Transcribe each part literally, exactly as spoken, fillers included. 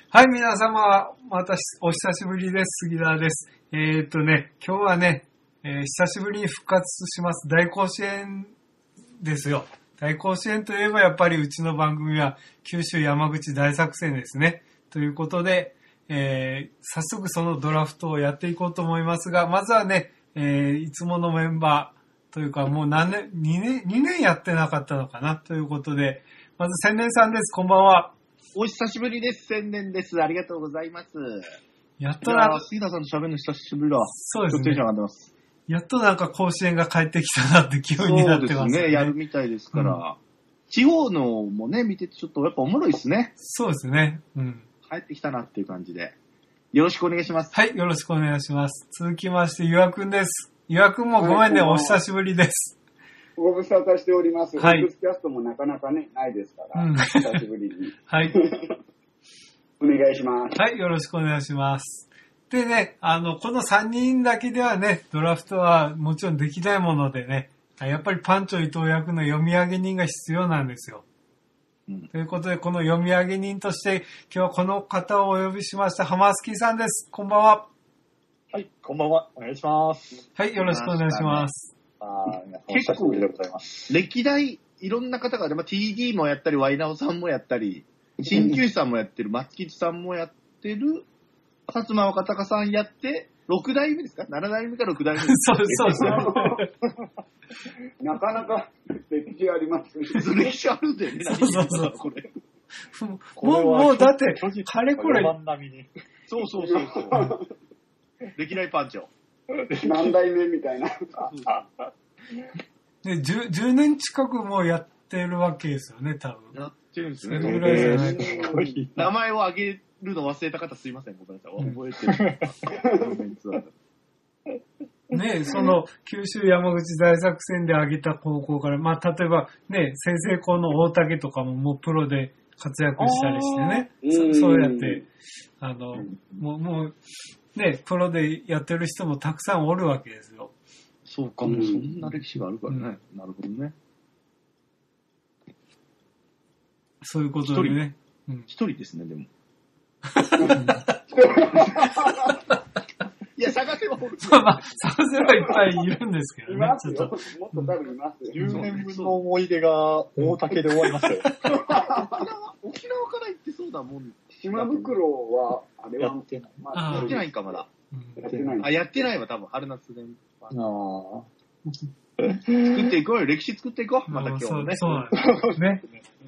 はい、皆様、またお久しぶりです。杉田です。えー、っとね、今日はね、えー、久しぶりに復活します。大甲子園ですよ。大甲子園といえばやっぱりうちの番組は九州山口大作戦ですね。ということで、えー、早速そのドラフトをやっていこうと思いますが、まずはね、えー、いつものメンバーというかもう何年、にねん、にねんやってなかったのかなということで、まず千年さんです。こんばんは。 お久しぶりです。千年です。ありがとうございます。 やっとなんか、 杉田さんと喋るの久しぶりだ。 そうですね。 ちょっとテンション上がってます。 やっとなんか甲子園が帰ってきたなって気分になってますね。 そうですね。やるみたいですから。うん、地方のもね、見ててちょっとやっぱおもろいですね。 そうですね。うん。 帰ってきたなっていう感じで。よろしくお願いします。 はい、よろしくお願いします。続きまして、ゆあくんです。ゆあくんもごめんね、はい、お久しぶりです。 ご無沙汰しております。 はい。 オープスキャストもなかなかね、ないですから、うん、久しぶりに。 はい。 お願いします。 はい、よろしくお願いします。でね、あの、このさんにんだけではね、ドラフトはもちろんできないものでね、やっぱりパンチョ伊藤役の読み上げ人が必要なんですよ。うん、ということで、この読み上げ人として、今日はこの方をお呼びしました、浜月さんです。こんばんは。 はい、こんばんは。お願いします。 はい、よろしくお願いします。 あ結構でございます。 歴代いろんな方が、まあ、ティーディー もやったり、ワイナオさんもやったり、鍼灸師さんもやってる、松吉さんもやってる、薩摩若隆さんやって、ろく代目ですか ?なな 代目かろく代目ですかそうそうそう。 なかなか歴史ありますね。 歴史あるんだよね。 そうそうそう。これもう、もうだって、かれこれ。 そうそうそうそう。歴代パンチョ。 何代目みたいな。 ね、10, じゅうねん近くもうやってるわけですよね、多分。 やってるんですね。 それぐらいじゃないかな。 名前を挙げるの忘れた方すいません、ごめんなさい。覚えてる。 ね、その、九州山口大作戦で挙げた高校から、まあ、例えば、ね、先生校の大竹とかももうプロで活躍したりしてね、そ, そうやって、あの、もう、もう、ね、プロでやってる人もたくさんおるわけですよ。 そうかも、うん、そんな歴史があるからね。うん、なるほどね。 そういうことでね。 一人、うん、人ですね、でも。いや、探せばほる。 まあ、探せばいっぱいいるんですけどね。 いますよ。もっと多分いますよ。 じゅうねんぶんの思い出が大竹で終わりましたよ。 沖縄、沖縄から行ってそうだもん。 島袋は、あれはやってない。 まあ、やってないか、まだ。 やってない。 あ、やってないわ、多分、春夏で。 ああ。 作っていこうよ、歴史作っていこう。また今日もね。 そうなんですね。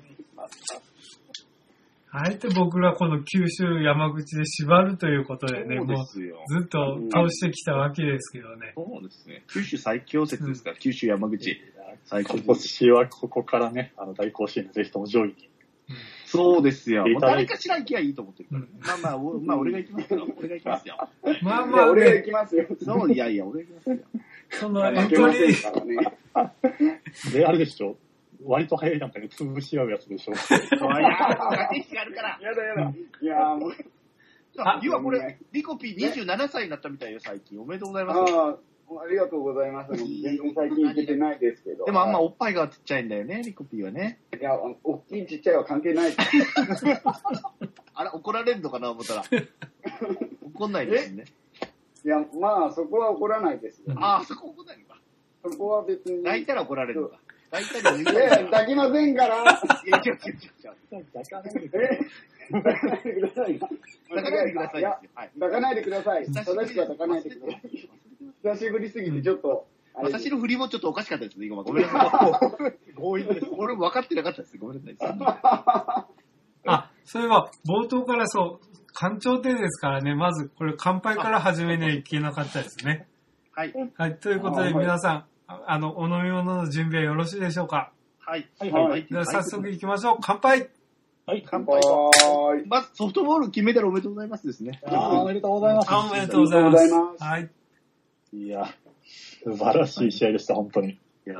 あえて僕らこの九州山口で縛るということでね、もうずっと通してきたわけですけどね。 そうですね。九州最強説ですから、うん、九州山口最強。 今年はここからね、あの大甲子園ぜひとも上位に。 うん、そうですよ。もう誰かしら行きゃいいと思ってるから、ね。うん、まあまあ、まあ俺が行きますよ。俺が行きますよ。 まあまあ、ね、 俺が行きますよ。 そう、いやいや、俺が行きますよ。 そのエントリー。 で、あれでしょ。割と早い段階で潰し合うやつでしょ。 いや、駆け引きがあるから。 やだやだ。いやもう。 あ、要はこれ、リコピーにじゅうななさいになったみたいよ、最近。おめでとうございます。 ああ、ありがとうございます。全然最近行けてないですけど。 でもあんまおっぱいがちっちゃいんだよね、リコピーはね。 いや、大きいちっちゃいは関係ない。 あれ、怒られるのかな、思ったら。怒んないですね。 いや、まあ、そこは怒らないですよ。 ああ、そこ怒らないのか。 そこは別に。 抱いたら怒られるのか。抱いたら。いや、抱きませんから。 いや、違う違う違う違う。 抱かないでください。 抱かないでください。 抱かないでください。正しくは抱かないでください。久しぶりすぎてちょっと。 私の振りもちょっとおかしかったですね、ごめんなさい。強引です。俺も分かってなかったです。ごめんなさい。 あ、そういえば、冒頭からそう、干潮亭ですからね、まずこれ乾杯から始めにはいけなかったですね。 はい。 はい、ということで皆さん、あの、お飲み物の準備はよろしいでしょうか？ はい。 はいはい。 では早速行きましょう。乾杯！ はい、 乾杯。まずソフトボール金メダルおめでとうございますですね。 あおめでとうございます。 おめでとうございます。はい。 いや、素晴らしい試合でした、本当に。いや、 うん。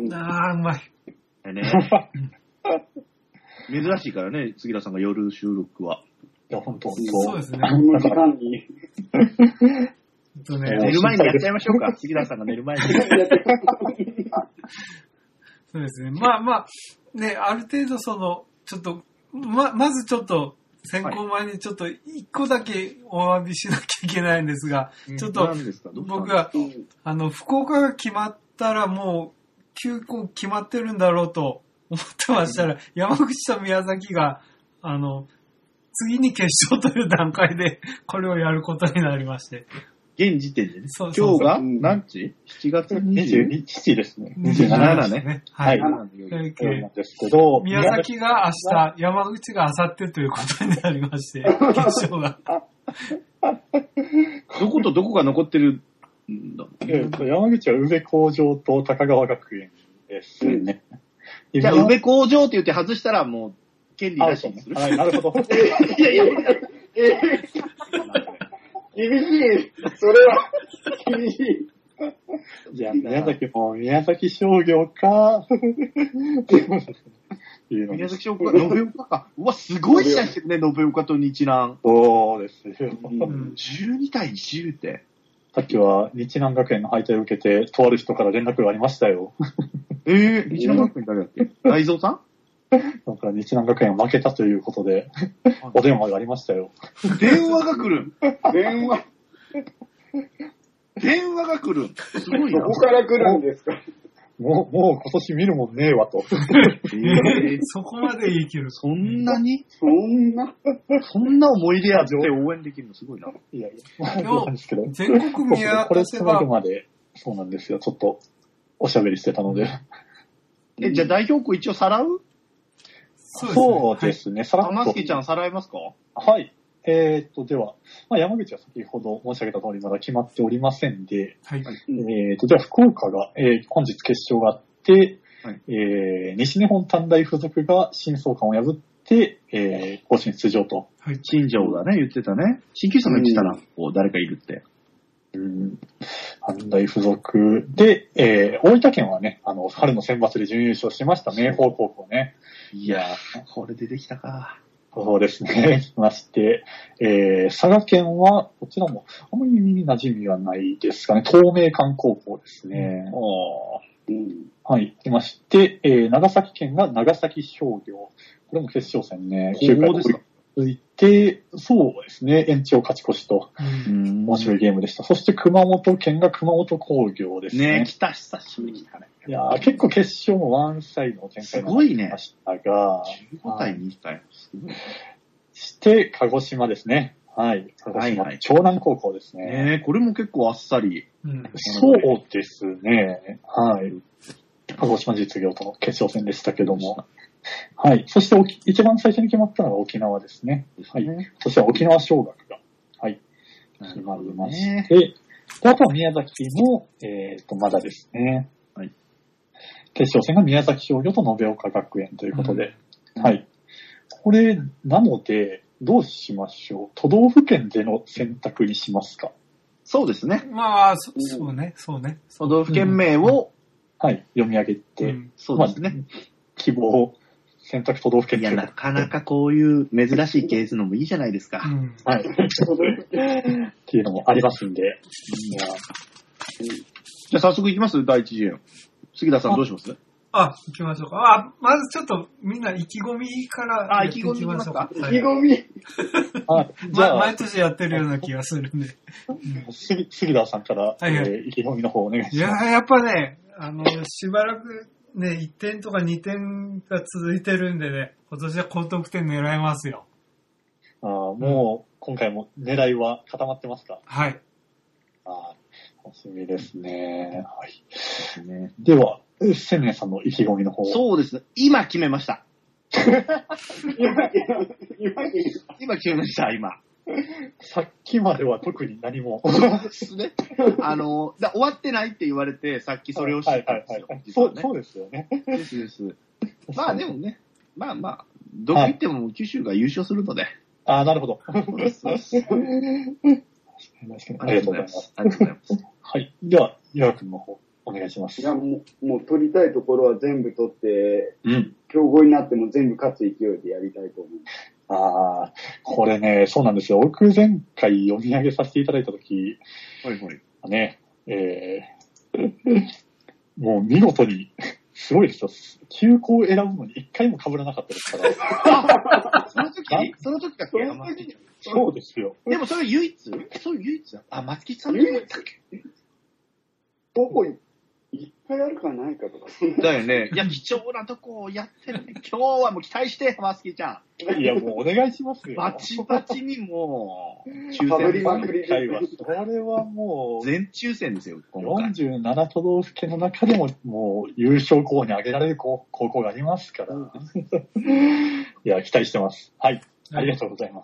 ああ、うまい。 ね。珍しいからね、杉田さんが夜収録は。 いや、本当そうですね。 この時間に。 寝る前にやっちゃいましょうか。杉田さんが寝る前に。 そうですね。まあまあ、ね、ある程度その、ちょっと、ま、まずちょっと、 先行前にちょっと一個だけお詫びしなきゃいけないんですが、ちょっと僕は、あの、福岡が決まったらもう休校決まってるんだろうと思ってましたら、山口と宮崎が、あの、次に決勝という段階でこれをやることになりまして。 現時点でね。 そうそうそう今日が何日 ?しち 月にじゅうにちですね。 にじゅうしちね。 はい。 はい。 なんですけど、 宮崎が明日、山口が明後日ということになりまして、決勝が。 どことどこが残ってるんだろう、 えーと、山口は宇部工場と高川学園ですね。 うん、じゃあ、宇部工場って言って外したらもう、権利なしにする。 はい、なるほど。 いやいやいや、えー、厳しい。それは、厳しい。 じゃあ、宮崎も宮崎商業か、 宮崎商業か、延岡か。うわ、すごい試合してるね、延岡と日南。 そうですよ。 じゅうにたいじゅうって。 さっきは日南学園の敗退を受けて、とある人から連絡がありましたよ。 えぇ、ー、日南学園誰だっけ大蔵さんなんか日南学園は負けたということで、お電話がありましたよ。 電話が来る電話電話が来るすごいな。 どこから来るんですかもう、もう今年見るもんねえわと。 えー、そこまで言い切る。 そんなにそんなそんな思い出やって応援できるのすごいな。 いやいや、そうなんですけど。 全国見渡せば。 これつなぐまで、そうなんですよ。ちょっと、おしゃべりしてたので。 え、じゃあ代表校一応さらうそうですね。さらっと。 玉助ちゃんさらえますか？ はい。えー、っと、では、まあ、山口は先ほど申し上げた通りまだ決まっておりませんで、 はい。 えー、っと、じゃあ福岡が、えー、本日決勝があって、はい、えー、西日本短大附属が新総監を破って、えー、甲子園出場と。 はい。新庄がね、言ってたね。新球さんが言ってたな、こう、誰かいるって。 うん。短大附属で、えー、大分県はね、あの、春の選抜で準優勝しました明豊高校ね。 いやー、これでできたか。 そうですね。来まして、えー、佐賀県は、こちらも、あまり耳に馴染みはないですかね。東明館高校ですね。 うん、 はい。来まして、えー、長崎県が長崎商業。これも決勝戦ね。 きゅうかいですか？ 続いて、そうですね。延長勝ち越しと。うん、面白いゲームでした。そして熊本県が熊本工業ですね。 ねえ、来た、久しぶりに来たね。 いやー、結構決勝もワンサイドの展開になりましたが、 じゅうごたいにかい。すごい。 して、鹿児島ですね。はい。鹿児島、はいはい、長南高校ですね。 ねえ、これも結構あっさり。 うん、そうですね。はい。鹿児島実業との決勝戦でしたけども。はい。そして、一番最初に決まったのが沖縄ですね。はい。そして沖縄尚学が、はい。決まりまして、で、あとは宮崎も、えっと、まだですね。はい。決勝戦が宮崎商業と延岡学園ということで、うん、はい。これ、なので、どうしましょう。都道府県での選択にしますか？ そうですね。 まあ、そそうね、そうね。 都道府県名を、 うん、はい、読み上げて、うん、 そうですね。 まあ、希望、選択都道府県。 いや、なかなかこういう珍しいケースのもいいじゃないですか。うん、 はい。っていうのもありますんで。いや、 じゃあ早速いきますだい一次元。杉田さんどうします？ あ、行きましょうか。あ、まずちょっとみんな意気込みからあ、意気込みいきましょうか。 意気込み。 あ、じゃあ、 毎年やってるような気がするんで。 うん、杉, 杉田さんから、はいはい、えー、意気込みの方お願いします。いや、やっぱね、あの、しばらくね、いってんとかにてんが続いてるんでね、今年は高得点狙いますよ。 あ、もう、今回も狙いは固まってますか？ はい。 あ、楽しみですね。はい。ですね、では、千年さんの意気込みの方。 そうですね。今決めました。 今、 今決めました、今。 さっきまでは特に何も。 そうですね。あの、だ終わってないって言われて、さっきそれを知ったんですよ。 はいはいはい、そう、そうですよね。 ですです。まあでもね、まあまあ、どこ行っても九州が優勝するので。 ああ、なるほど。 そうです、そうです。 ありがとうございます。 ありがとうございます。 はい。では、岩君の方。お願いします。 いや、もう、もう取りたいところは全部取って、 うん。 強豪になっても全部勝つ勢いでやりたいと思います。 ああ、これね、そうなんですよ。僕前回読み上げさせていただいたとき、 はいはい。 ね、えー、もう見事にすごいですよ。休校を選ぶのに一回も被らなかったですから。 その時その時だっけ松吉ちゃん。 そうですよ。 でもそれ唯一そういう唯一だ。あ、松吉さんの時だったっけどこいいっぱいあるかないかとか。 だよね。いや、貴重なとこをやってるね。今日はもう期待して、松吉ちゃん。 いや、もうお願いしますよ。 バチバチにもう、抽かぶり選まくり会話。それはもう、 全抽選ですよ、今回。 よんじゅうなな都道府県の中でも、もう優勝候補に挙げられる高校がありますから。いや、期待してます。はい。ありがとうございます。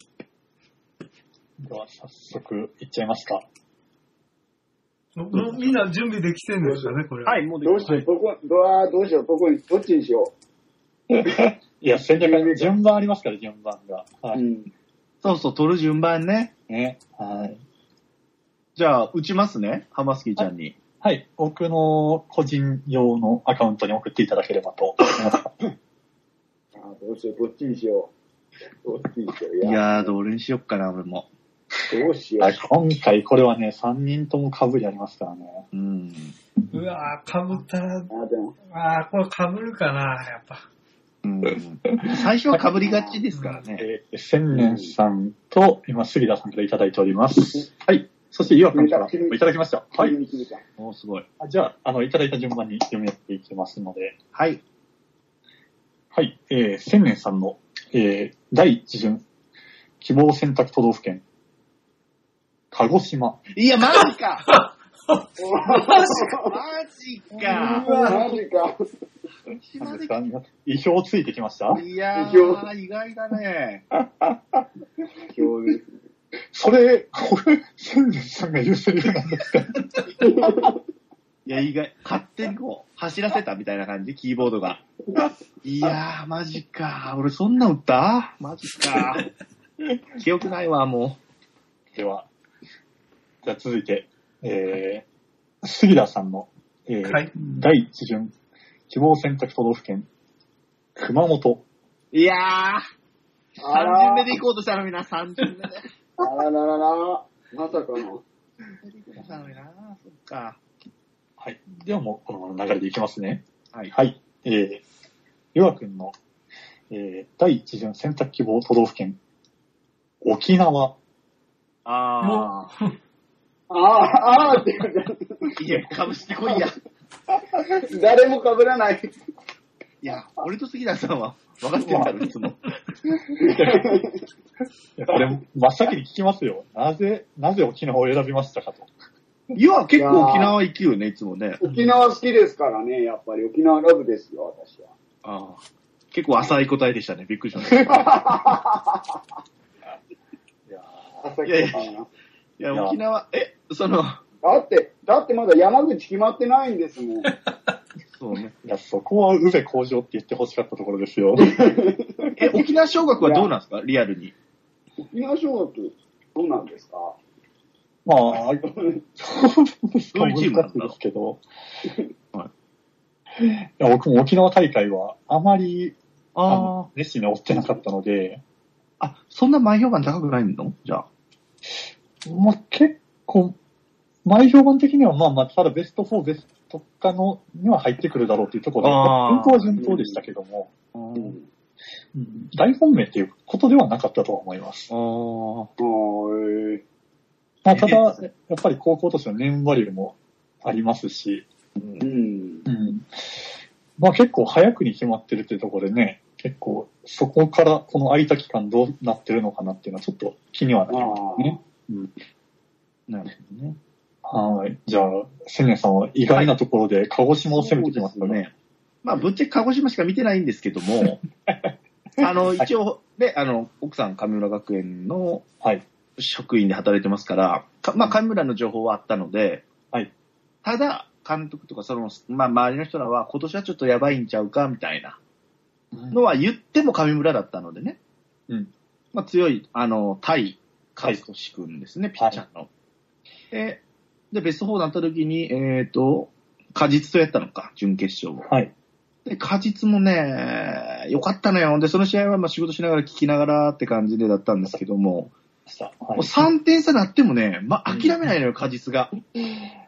では、早速、いっちゃいますか。 もうみんな準備できてんですかね、これ。 はい、もうでどうしよう、どこ、どあどうしよう、どこに、どっちにしよいや、戦略、順番ありますから、順番が。はう。うい。 ん。 そうそう、取る順番ね。 ね。はい。 じゃあ、打ちますね、ハマスキーちゃんに。 はい。僕の個人用のアカウントに送っていただければと思います。 あどうしよう、どっちにしよう。どっちにしよう。 いやー、どれにしよっかな、俺も。 どうしよあ今回これはね、さんにんとも被りありますからね。 うん。 うわぁ、かぶったら、 う。あでも、 あー、これかぶるかな、やっぱ。 うん、最初は被りがちですからね。 えー、千年さんと、今、杉田さんからいただいております。はい。そして、岩君からいただきました。はい。 おー、すごい。 あじゃあ、あの、いただいた順番に読み上げていきますので。 はい。 はい。えー、千年さんの、えー、第一巡、希望選択都道府県、鹿児島。 いや、マジかママジかマジか。 なんですか意表ついてきましたいや意表ー、意外だね。 今日それ、これ、千年さんが言うセリフなんですかいや、意外、勝手にこう、走らせたみたいな感じ、キーボードが。いやー、マジか。俺そんな打ったマジか。記憶ないわ、もでは、じゃあ続いて、えー、杉田さんの、えーはい第一巡、希望選択都道府県、熊本。 う。いやー、 あさん巡目で行こうとしたのにな、さん巡目で。 あらららら、まさかの。 したのにな、そっか。 はい。ではもう、このまま流れでいきますね。 はい。 はい。えー、岩くんの、えー、第一巡選択希望都道府県、沖縄。 あー。 ああ、ああって言ういや、かぶしてこいや。 じゃん。誰も被らない。 いや、俺と杉田さんは分かってるだろ、いつも。 いやこれ、真っ先に聞きますよ。なぜ、なぜ沖縄を選びましたかと。 いや、結構沖縄行くよね、いつもね。 沖縄好きですからね、やっぱり沖縄ラブですよ、私は。 ああ。結構浅い答えでしたね、びっくりしました。 いや朝いやいや日さんがいや、沖縄、え、その、 だって、だってまだ山口決まってないんですもん。 そうね。 ーいや、そこは宇部向上って言ってほしかったところですよ。 え、沖縄小学はどうなんですかリアルに。 沖縄小学、どうなんですかまあ、そうですか、 どういうチームなんだろう難しいですけど。 はいいや僕も沖縄大会はあまりああの熱心に追ってなかったので、 あ。あ、そんな前評判高くないのじゃあ。 まあ、結構、前評判的にはまあまあ、ただベストフォー、ベストかのには入ってくるだろうというところで、 あー順当は順当でしたけども、 うん。 うん大本命っていうことではなかったとは思います。 ああ。 はい。 まあ、ただ、やっぱり高校としての年バリューもありますし、 うん。 うん、まあ結構早くに決まってるっていうところでね、結構そこからこの空いた期間どうなってるのかなっていうのはちょっと気にはなりますね。うん、 なるほどね。 はい。じゃあ、千年さんは意外なところで鹿児島を攻めてきますよね。 まあ、ぶっちゃけ鹿児島しか見てないんですけども、あの、一応、ね、あの、奥さん上村学園のはい。 職員で働いてますから、かまあ、上村の情報はあったので、 はい。 ただ、監督とか、その、まあ、周りの人らは、今年はちょっとやばいんちゃうか、みたいなのは言っても上村だったのでね。 うん。 まあ、強い、あの、対、カイトシ君ですね、ピッチャーの。で、で、ベストフォーになった時に、えっ、と、果実とやったのか、準決勝を。 はい。 で、果実もね、良かったのよ。で、その試合はまあ仕事しながら聞きながらって感じでだったんですけども、 はいもうさんてん差なってもね、まあ、諦めないのよ、果実が。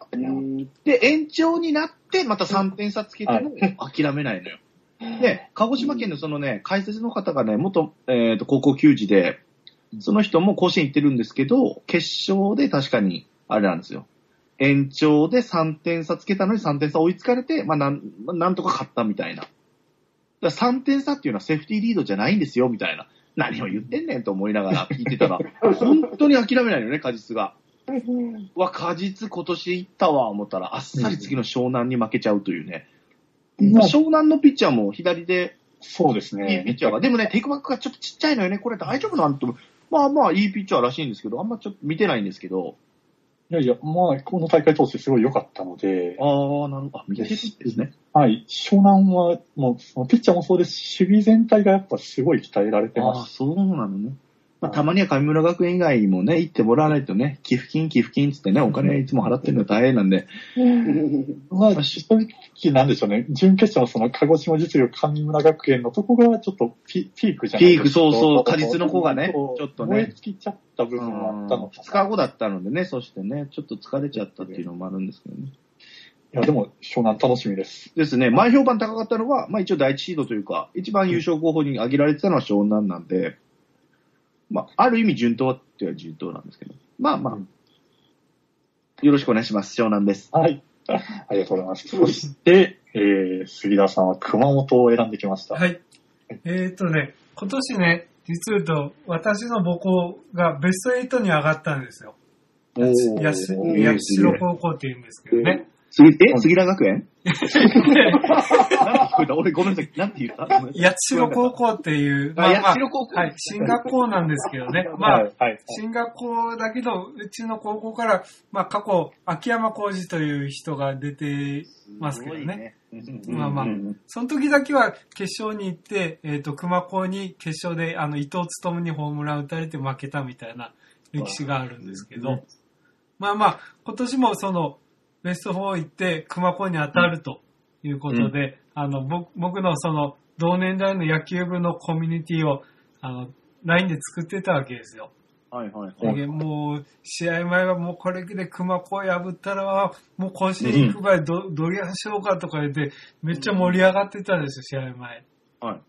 で、延長になって、またさんてん差つけても諦めないのよ。で、鹿児島県のそのね、解説の方がね、元、えっと、高校球児で、その人も甲子園行ってるんですけど、決勝で確かに、あれなんですよ。延長でさんてん差つけたのにさんてん差追いつかれて、まあ、なん、なんとか勝ったみたいな。だからさんてん差っていうのはセーフティーリードじゃないんですよ、みたいな。何を言ってんねんと思いながら聞いてたら、本当に諦めないのね、果実が。うわ、果実今年行ったわ、思ったら、あっさり次の湘南に負けちゃうというね。まあ、湘南のピッチャーも左で、 そうですね。 いいピッチャーが。でもね、テイクバックがちょっとちっちゃいのよね。これ大丈夫なんて。まあまあ、いいピッチャーらしいんですけど、あんまちょっと見てないんですけど。 いやいや、まあ、この大会通してすごい良かったので。 ああ、なるほど。あ、見てるんですね。 はい。湘南は、もう、そのピッチャーもそうですし、守備全体がやっぱすごい鍛えられてます。 ああ、そうなのね。まあ、たまには神村学園以外にもね、行ってもらわないとね、寄付金、寄付金つってね、お金いつも払ってるの大変なんで。 まあ、正直なんでしょうね。準決勝のその鹿児島実業神村学園のとこがちょっとピピークじゃないですか。 ピーク、そうそう、果実の子がね、ちょっとね。 燃え尽きちゃった部分もあったのかな。 ふつかごだったのでね、そしてね、ちょっと疲れちゃったっていうのもあるんですけどね。 いや、でも、湘南楽しみです。 ですね。前評判高かったのは、まあ一応第一シードというか、一番優勝候補に挙げられてたのは湘南なんで、まあ、ある意味順当っていうのは順当なんですけど。まあまあ、うん、よろしくお願いします。湘南です。 はい。ありがとうございます。そして、えー、杉田さんは熊本を選んできました。 はい。えー、っとね、今年ね、実言うと、私の母校がベストエイトに上がったんですよ。やし、八代高校って言うんですけどね。 杉、え杉田学園なんて聞こえた俺ごめんなさい。なんて言った八代高校っていう、 まあ、まあ、八代高校、 はい、進学校なんですけどね。まあ、はいはい、進学校だけど、うちの高校から、まあ過去、秋山浩二という人が出てますけどね。ねまあまあ、その時だけは決勝に行って、えっと、熊高に決勝で、あの、伊藤勉にホームラン打たれて負けたみたいな歴史があるんですけど、まあまあ、今年もその、ベストフォー行って熊高に当たるということで、うん、あの、僕、僕のその、同年代の野球部のコミュニティを、あの、ライン で作ってたわけですよ。 はいはいはい。 でもう、試合前はもうこれで熊高破ったら、もう甲子園行く場合ど、どりゃしようかとか言って、めっちゃ盛り上がってたんですよ、試合前。 はい。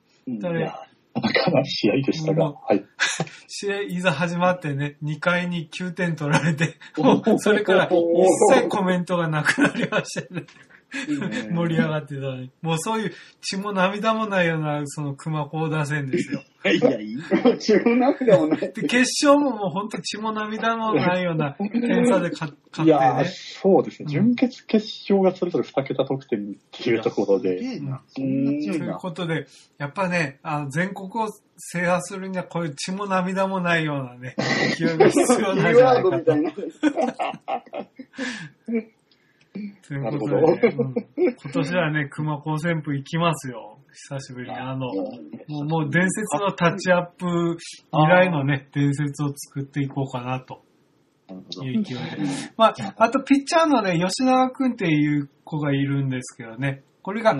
だからなかなか試合でしたが、はい。 試合いざ始まってね、にかいにきゅうてん取られて、もうそれから一切コメントがなくなりましたね。盛り上がってたのに。もうそういう血も涙もないような、その熊高打線ですよ。 いや、いい。 血も涙もない。 で、決勝ももう本当血も涙もないような点差で勝ってね。いや、そうですね。準決決勝がそれぞれにけた得点っていうところで。 うん、 ということで、やっぱね、あの全国を制覇するにはこういう血も涙もないようなね、勢いが必要なんじゃないかと。ということで、ねうん、今年はね、熊高旋風行きますよ。久しぶりに。あの、もう、もう伝説のタッチアップ以来のね、伝説を作っていこうかなという勢いで。まあ、あとピッチャーのね、吉永くんっていう子がいるんですけどね。これが、うん、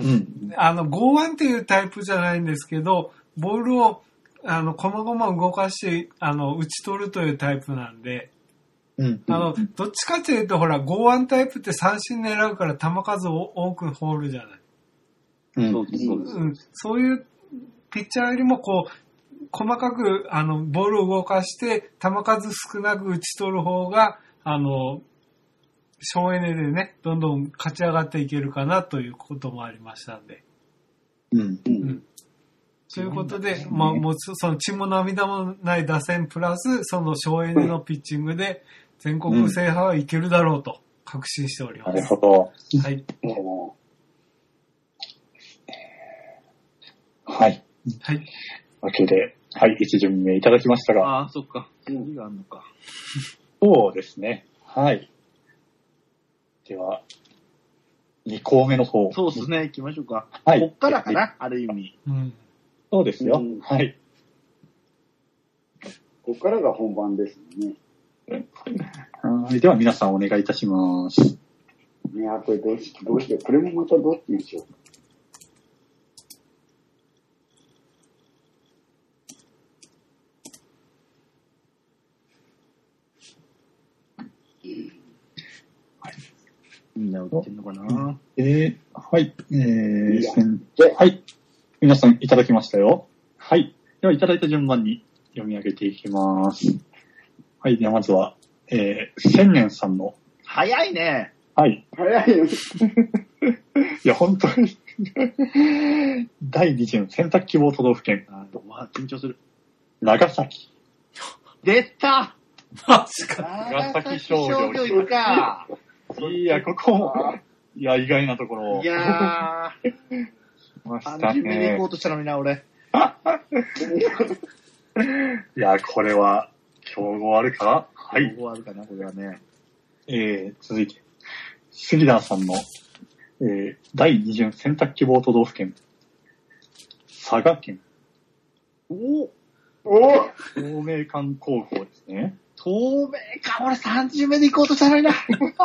あの、剛腕っていうタイプじゃないんですけど、ボールを、あの、こまごま動かして、あの、打ち取るというタイプなんで、うん、あの、どっちかというと、ほら、剛腕タイプって三振狙うから球数を多く放るじゃない。 うん、そうです、そうです。 うん。そういうピッチャーよりも、こう、細かく、あの、ボールを動かして、球数少なく打ち取る方が、あの、省エネでね、どんどん勝ち上がっていけるかなということもありましたんで。 うん。うん。 ということで、まあ、もう、その血も涙もない打線プラス、その省エネのピッチングで、全国制覇はいけるだろうと確信しております。 なるほど。 はい。 はい。 はい。 わけで、はい、一巡目いただきましたが。 ああ、そっか。次があるのか。 そうですね。はい。では、二項目の方。 そうですね。行きましょうか。 はい。 こっからかな、はい、ある意味。 うん。 そうですよ。うん、はい。 こっからが本番ですね。 はい。では皆さんお願いいたします。 いや、これどうし、どうして、これもまたどっちにしよう。 みんな売ってんのかな。 えー、はい。えー、 いや先はい。皆さんいただきましたよ。はい。では、いただいた順番に読み上げていきます。はい。では、まずは、えー、千年さんの。 早いね。 はい。 早いよ。 いや、本当に。だいに巡選択希望都道府県。 あー、わ緊張する。 長崎。 出たマジか。 長崎商業長崎商業行くか。 いや、ここも、いや、意外なところを。 いやー、 ましたさん巡目で行こね。 うとしたのにな、俺。 いや、これは、競合あるかはい。 ここあるかな、これはね。 えー、続いて、杉田さんの、えー、だいに巡選択希望都道府県。佐賀県。 おお東名館高校ですね。 透明か、俺さん巡目で行こうとしたのにな。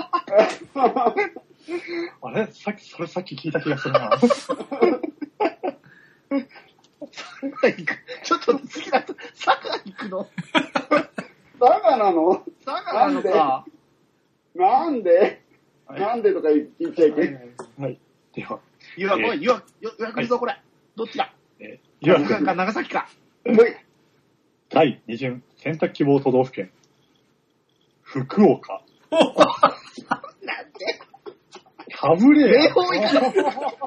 あれさっき、それさっき聞いた気がするな。 ちょっと次だと、佐賀行くの佐賀なの佐賀なのか。 なんで、 はいなんでとか言っちゃいけない。 はい。では、 いや、これ、予約、予約るぞ、これ。どっちだえー、予約、 佐賀か長崎か。 ほい。 だいに巡選択希望都道府県。福岡。 なんでかぶれ名宝行かない。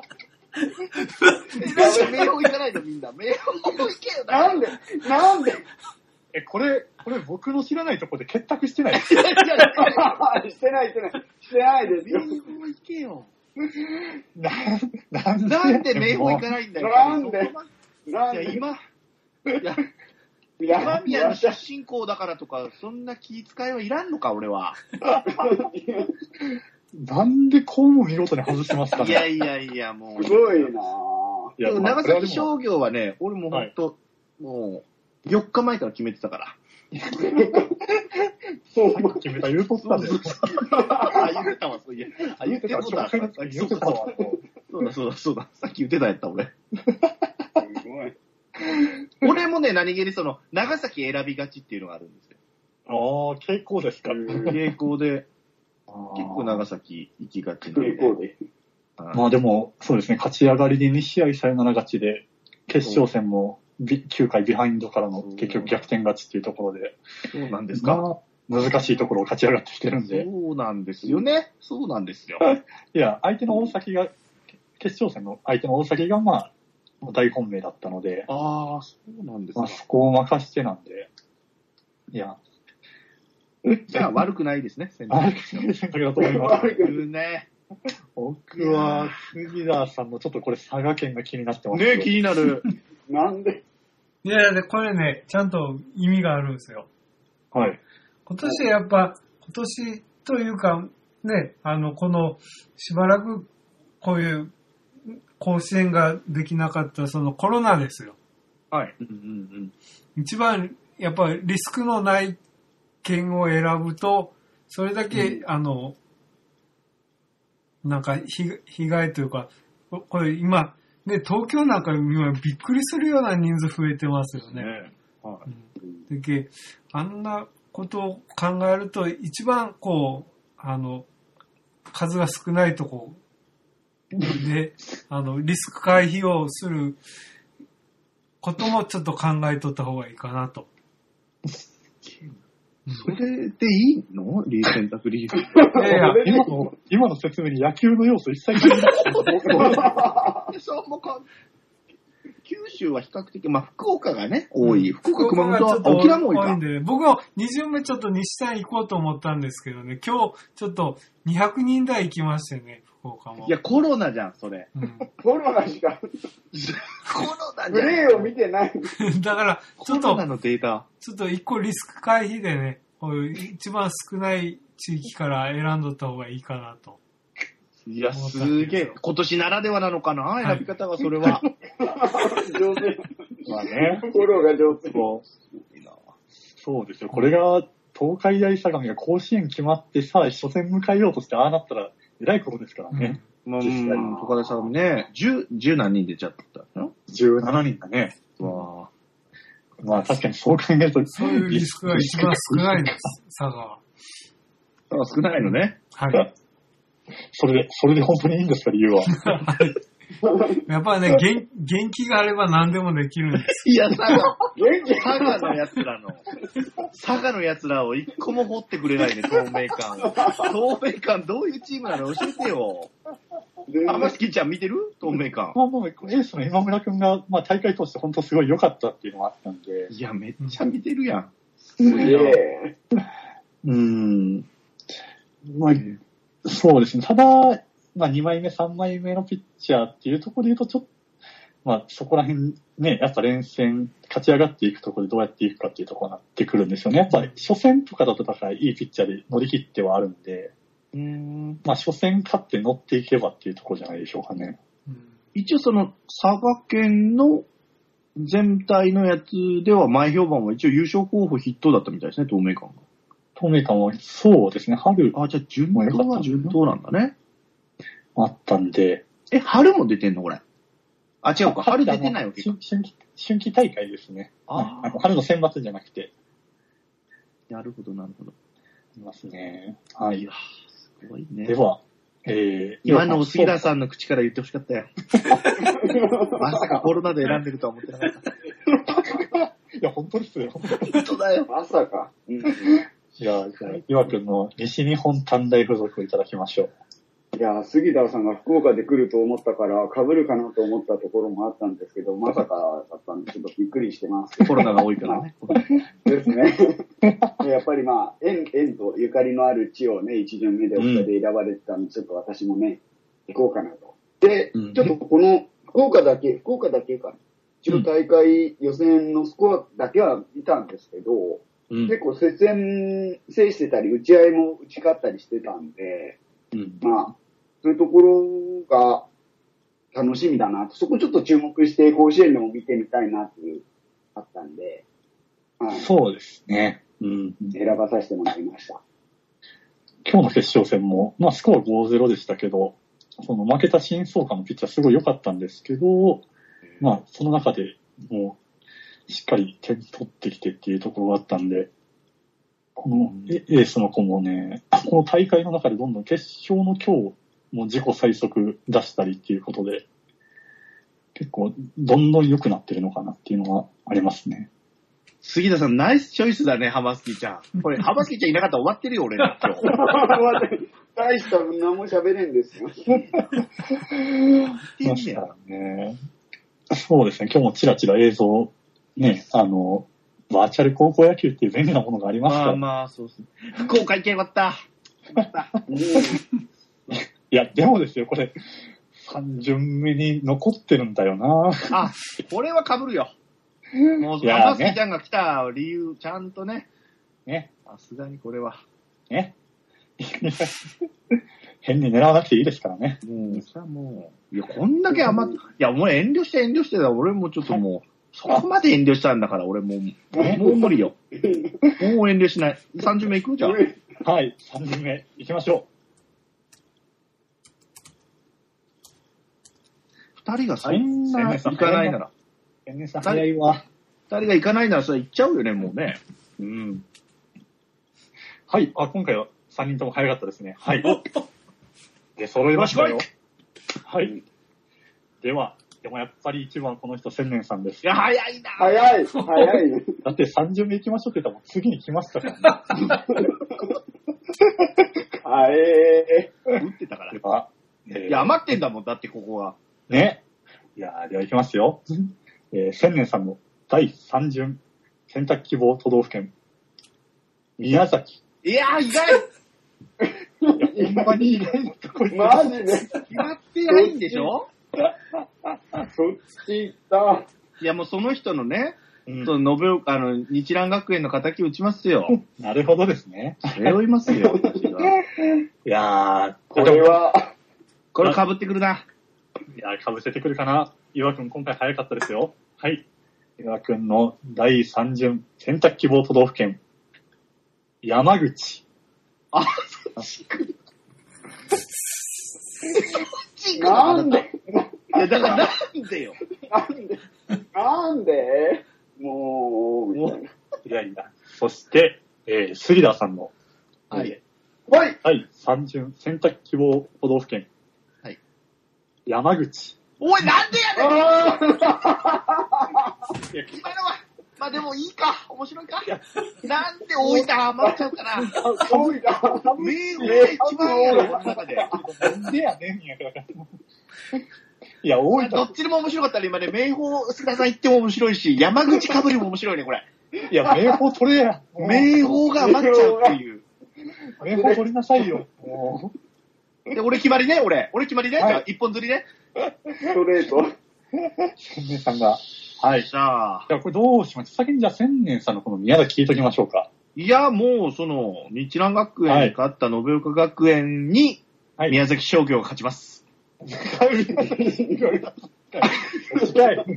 なんで名宝行かないのみんな。名宝行けよな。 なんで、なんでえ、これ、これ僕の知らないところで結託してないいやいやいやしてない、してない。してないですよ。 名宝行けよ。 な、なんでなんで名宝行かないんだよ。 なんでいや、 なんで今、いや、 いや今宮の出身校だからとか、そんな気遣いはいらんのか、俺は。 なんでこうも見事に外してますかね。 いやいやいや、もう。 すごいなぁ。 いや、 でもまあ長崎商業はね、俺もほんと、もう、よっかまえから決めてたから。 そう、 さっき決めた言うとったんだよ。 あ、言ってたわ、そういや。あ、言ってたわ。 紹介の時言ってたわ。 そうだ、そうだ、そうだ。さっき言ってたやった、俺。 すごい。 俺もね、何気にその、長崎選びがちっていうのがあるんですよ。 ああ、傾向ですか。 傾向で、結構長崎。 崎行きがちなんで。 傾向で。 はいまあでも、そうですね、勝ち上がりでに試合サヨナラ勝ちで、決勝戦もビきゅうかいビハインドからの結局逆転勝ちっていうところで、 そうなんですか。 まあ、難しいところを勝ち上がってきてるんで、 そうなんですよね。そうなんですよ。 いや、相手の大崎が、決勝戦の相手の大崎がまあ、大本命だったので、 ああ、そうなんですか。 まあそこを任してなんで、いや、 じゃあ悪くないですね、選あ択肢の。 れ選択だと思います。 悪く言うね。 僕は、杉田さんのちょっとこれ佐賀県が気になってますね気になる。 なんでいやいや、これね、ちゃんと意味があるんですよ。 はい。 今年やっぱ、今年というか、ね、あの、この、しばらくこういう甲子園ができなかったそのコロナですよ。 はい。うんうん一番、やっぱりリスクのない県を選ぶと、それだけ、うん、あの、なんか被、被害というか、これ今、ね、東京なんか今びっくりするような人数増えてますよね。 ねはい。 うん、でけ、あんなことを考えると、一番こう、あの、数が少ないとこで、あの、リスク回避をすることもちょっと考えとった方がいいかなと。 それでいいのリー選択理由。いやいや、 今の、今の説明に野球の要素一切ない。 そうもか九州は比較的、まあ、福岡がね、多い。福岡、熊本は、 沖沖縄も多いか。 んで、僕はに巡目ちょっと西さん行こうと思ったんですけどね、今日ちょっとにひゃくにん台行きましてね、福岡も。 いや、コロナじゃん、それ。 うん、 コロナしか、 コロナじゃん。 プレイを見てない。 だから、ちょっと、 コロナのデータ。 ちょっと一個リスク回避でね、こういう一番少ない地域から選んどった方がいいかなと。 いや、すげえ。今年ならではなのかな、選び方は、それは。 上手。 まあね。 フォローが上手。 そうですよ。これが、東海大相模が甲子園決まってさ、初戦迎えようとしてああなったら、えらいことですからね。 うん、まあ、東海大相模ね、十、十何人出ちゃったの ? じゅうななにんだね。 わあまあ確かにそう考えると。 そういうリスクが一番少ないです、佐賀は。 あ、少ないのね。 はい。 それで、それで本当にいいんですか、理由は。 やっぱりね、元元気があれば何でもできるんです。 いや、佐賀、 元気佐賀の奴らの、佐賀の奴らを一個も掘ってくれないね、透明感を。透明感どういうチームなの教えてよ。浜月ちゃん見てる透明感。 まあもう、エースの今村くんが、まあ大会通して本当すごい良かったっていうのがあったんで。 いや、めっちゃ見てるやん。 すげえ。 うーん。まあ、そうですね。ただ、まあにまいめ、さんまいめのピッチャーっていうところで言うと、ちょっと、まあそこら辺ね、やっぱ連戦、勝ち上がっていくところでどうやっていくかっていうところになってくるんですよね。やっぱり初戦とかだとだからいいピッチャーで乗り切ってはあるんで、 うーんまあ初戦勝って乗っていけばっていうところじゃないでしょうかね。 一応その、佐賀県の全体のやつでは前評判は一応優勝候補筆頭だったみたいですね、透明感が。 透明感はそうですね、春あ、じゃあ順当は順当なんだね。 あったんで。 え、春も出てんのこれ。あ、違うか、春出てないわけか。 春春季春季大会ですね。 あーあの春の選抜じゃなくて。 なるほど、なるほど。 いますね。はいいや。すごいね。 では、えー、 今の杉田さんの口から言ってほしかったよ。まさかコロナで選んでるとは思ってなかった。 いや、本当ですよ。 本当だよ。 まさか。うん、いいや、じゃあ、岩くんの西日本短大付属をいただきましょう。 や、杉田さんが福岡で来ると思ったから、被るかなと思ったところもあったんですけど、まさかだったんで、ちょっとびっくりしてます。 コロナが多いからね。 ですね。やっぱりまあ、縁、縁とゆかりのある地をね、一巡目でお二人で選ばれてたんで、ちょっと私もね、行こうかなと。で、 うんちょっとこの、福岡だけ、福岡だけかな。一応大会予選のスコアだけは見たんですけど、 うん結構接戦制してたり、打ち合いも打ち勝ったりしてたんで、 うんまあ、そういうところが楽しみだなと、そこちょっと注目して甲子園でも見てみたいなっていう、あったんで、はい、 そうですね。うん。 選ばさせてもらいました。 今日の決勝戦も、まあスコア ごたいゼロ でしたけど、その負けた新総監のピッチャーすごい良かったんですけど、まあその中でもうしっかり点取ってきてっていうところがあったんで、このエースの子もね、この大会の中でどんどん決勝の今日も自己最速出したりっていうことで、結構どんどん良くなってるのかなっていうのはありますね。 杉田さん、ナイスチョイスだね、浜月ちゃん。これ、浜月ちゃんいなかったら終わってるよ、俺ら。今日。 大した何も喋れんですよ。 ましたらね。そうですね、今日もちらちら映像、ね、あの、バーチャル高校野球っていう便利なものがありますから。 まあまあ、そうですね。福岡行けばよかった。よかった。 いや、でもですよ、これ、さん巡目に残ってるんだよな。 あ、これは被るよ。もう、 いや浜月ちゃんが来た理由、ちゃんとね。 ね。 さすがにこれは。 ね。変に狙わなくていいですからね。 もう、さ、もう、いや、こんだけ余っ、いや、もう遠慮して遠慮してた。俺もちょっともう、そこまで遠慮したんだから、俺もう、もう無理よ。もう遠慮しない。さん巡目行くじゃん。 はい、さん巡目行きましょ二人がそんなはい行かないなら。 う。天然さん早いわ。 二人が行かないなら、それ行っちゃうよね、もうね。 うん。はい、あ、今回はさんにんとも早かったですね。はい。で、揃いましたよ。はい。では、でもやっぱり一番この人、千年さんです。 いや、早いな。 早い、早いね。 だってさん巡目行きましょうって言ったらもう次に来ましたからね。 あえ打ってたから。 では、えーいや、余ってんだもん、だってここは。 ね。いやーでは行きますよ。えー、千年さんのだいさん巡選択希望都道府県。宮崎。 いやー、意外いや、ほんまに意外なところー、マジで。 決まってないんでしょそっちだ。 いや、もうその人のね、 うんその、延岡、あの、日蘭学園の敵を打ちますよ。 なるほどですね。 背負いますよ、私が。 いやー、 これは、 これ被ってくるな。 いやー、かぶせてくるかな。岩くん今回早かったですよ。はい。岩くんのだいさん巡選択希望都道府県。山口。 あ、 なんで、 いや、だからなんでよ。 なんで、なんで、もう、みたいな。 いやいや。そして、えー、杉田さんの、 はい。 はい。 はい。三巡選択希望都道府県。 はい。 山口。 おい、なんでやねん。 あ今のは、まあでもいいか。面白いか。なんで大分余っちゃうかな。 大分。 名誉が一番やろ、この中で。 なんでやねんやから。いや、大分。 どっちでも面白かったら今ね、名宝菅田さん言っても面白いし、山口かぶりも面白いね、これ。 いや、名宝取れや。 名宝が余っちゃうっていう。 名宝取りなさいよ。もうで、俺決まりね、俺。俺決まりね。はい、じゃあ、一本釣りね。 ストレート。 千年さんが。はい。 じゃあ。 じゃあ、これどうします先にじゃあ、千年さんのこの宮崎聞いときましょうか。 いや、もう、その、日南学園に勝った延岡学園に、宮崎商業が勝ちます。 近い。近い。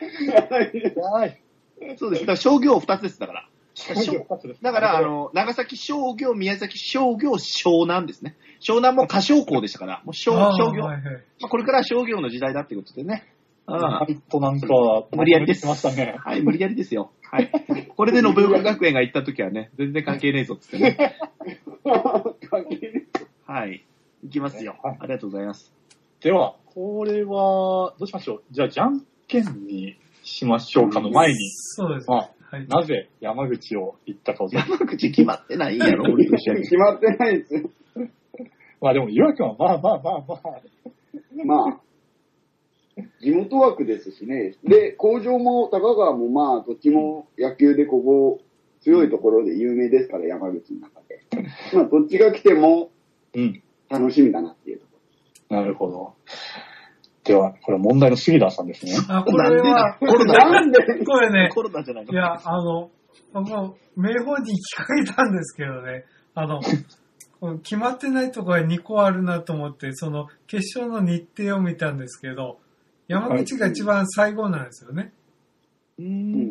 そうです。だから商業二つです、だから。だから、あの、長崎商業、宮崎商業、湘南ですね。湘南も歌唱校でしたから、もう商商業、はいはい、まあ。これから商業の時代だってことでね。 ああ。となんか、 無理やりです。 ましたね。 はい、無理やりですよ。はい。これで延岡学園が行った時はね、全然関係ねえぞっつってね。関係ねえ。はい。行きますよ。ありがとうございます。 では、これは、どうしましょう。じゃあ、じゃんけんにしましょうかの前に。 そうです、 ね。まあはい、なぜ山口を行ったかを。 山口決まってないんやろ、俺と一緒に。 決まってないですよ。 まあでも、岩君はまあまあまあまあ。 まあ、地元枠ですしね。で、工場も高川もまあ、どっちも野球でここ強いところで有名ですから、山口の中で。まあ、どっちが来ても楽しみだなっていうところ。うん、なるほど。では、これ問題の杉田さんですね。 あ、これは、 コロナなんでこれね、 コロナじゃないの？ いや、あの、もう、名簿に聞かれたんですけどね、あの、決まってないところがにこあるなと思って、その、決勝の日程を見たんですけど、山口が一番最後なんですよね。 うん。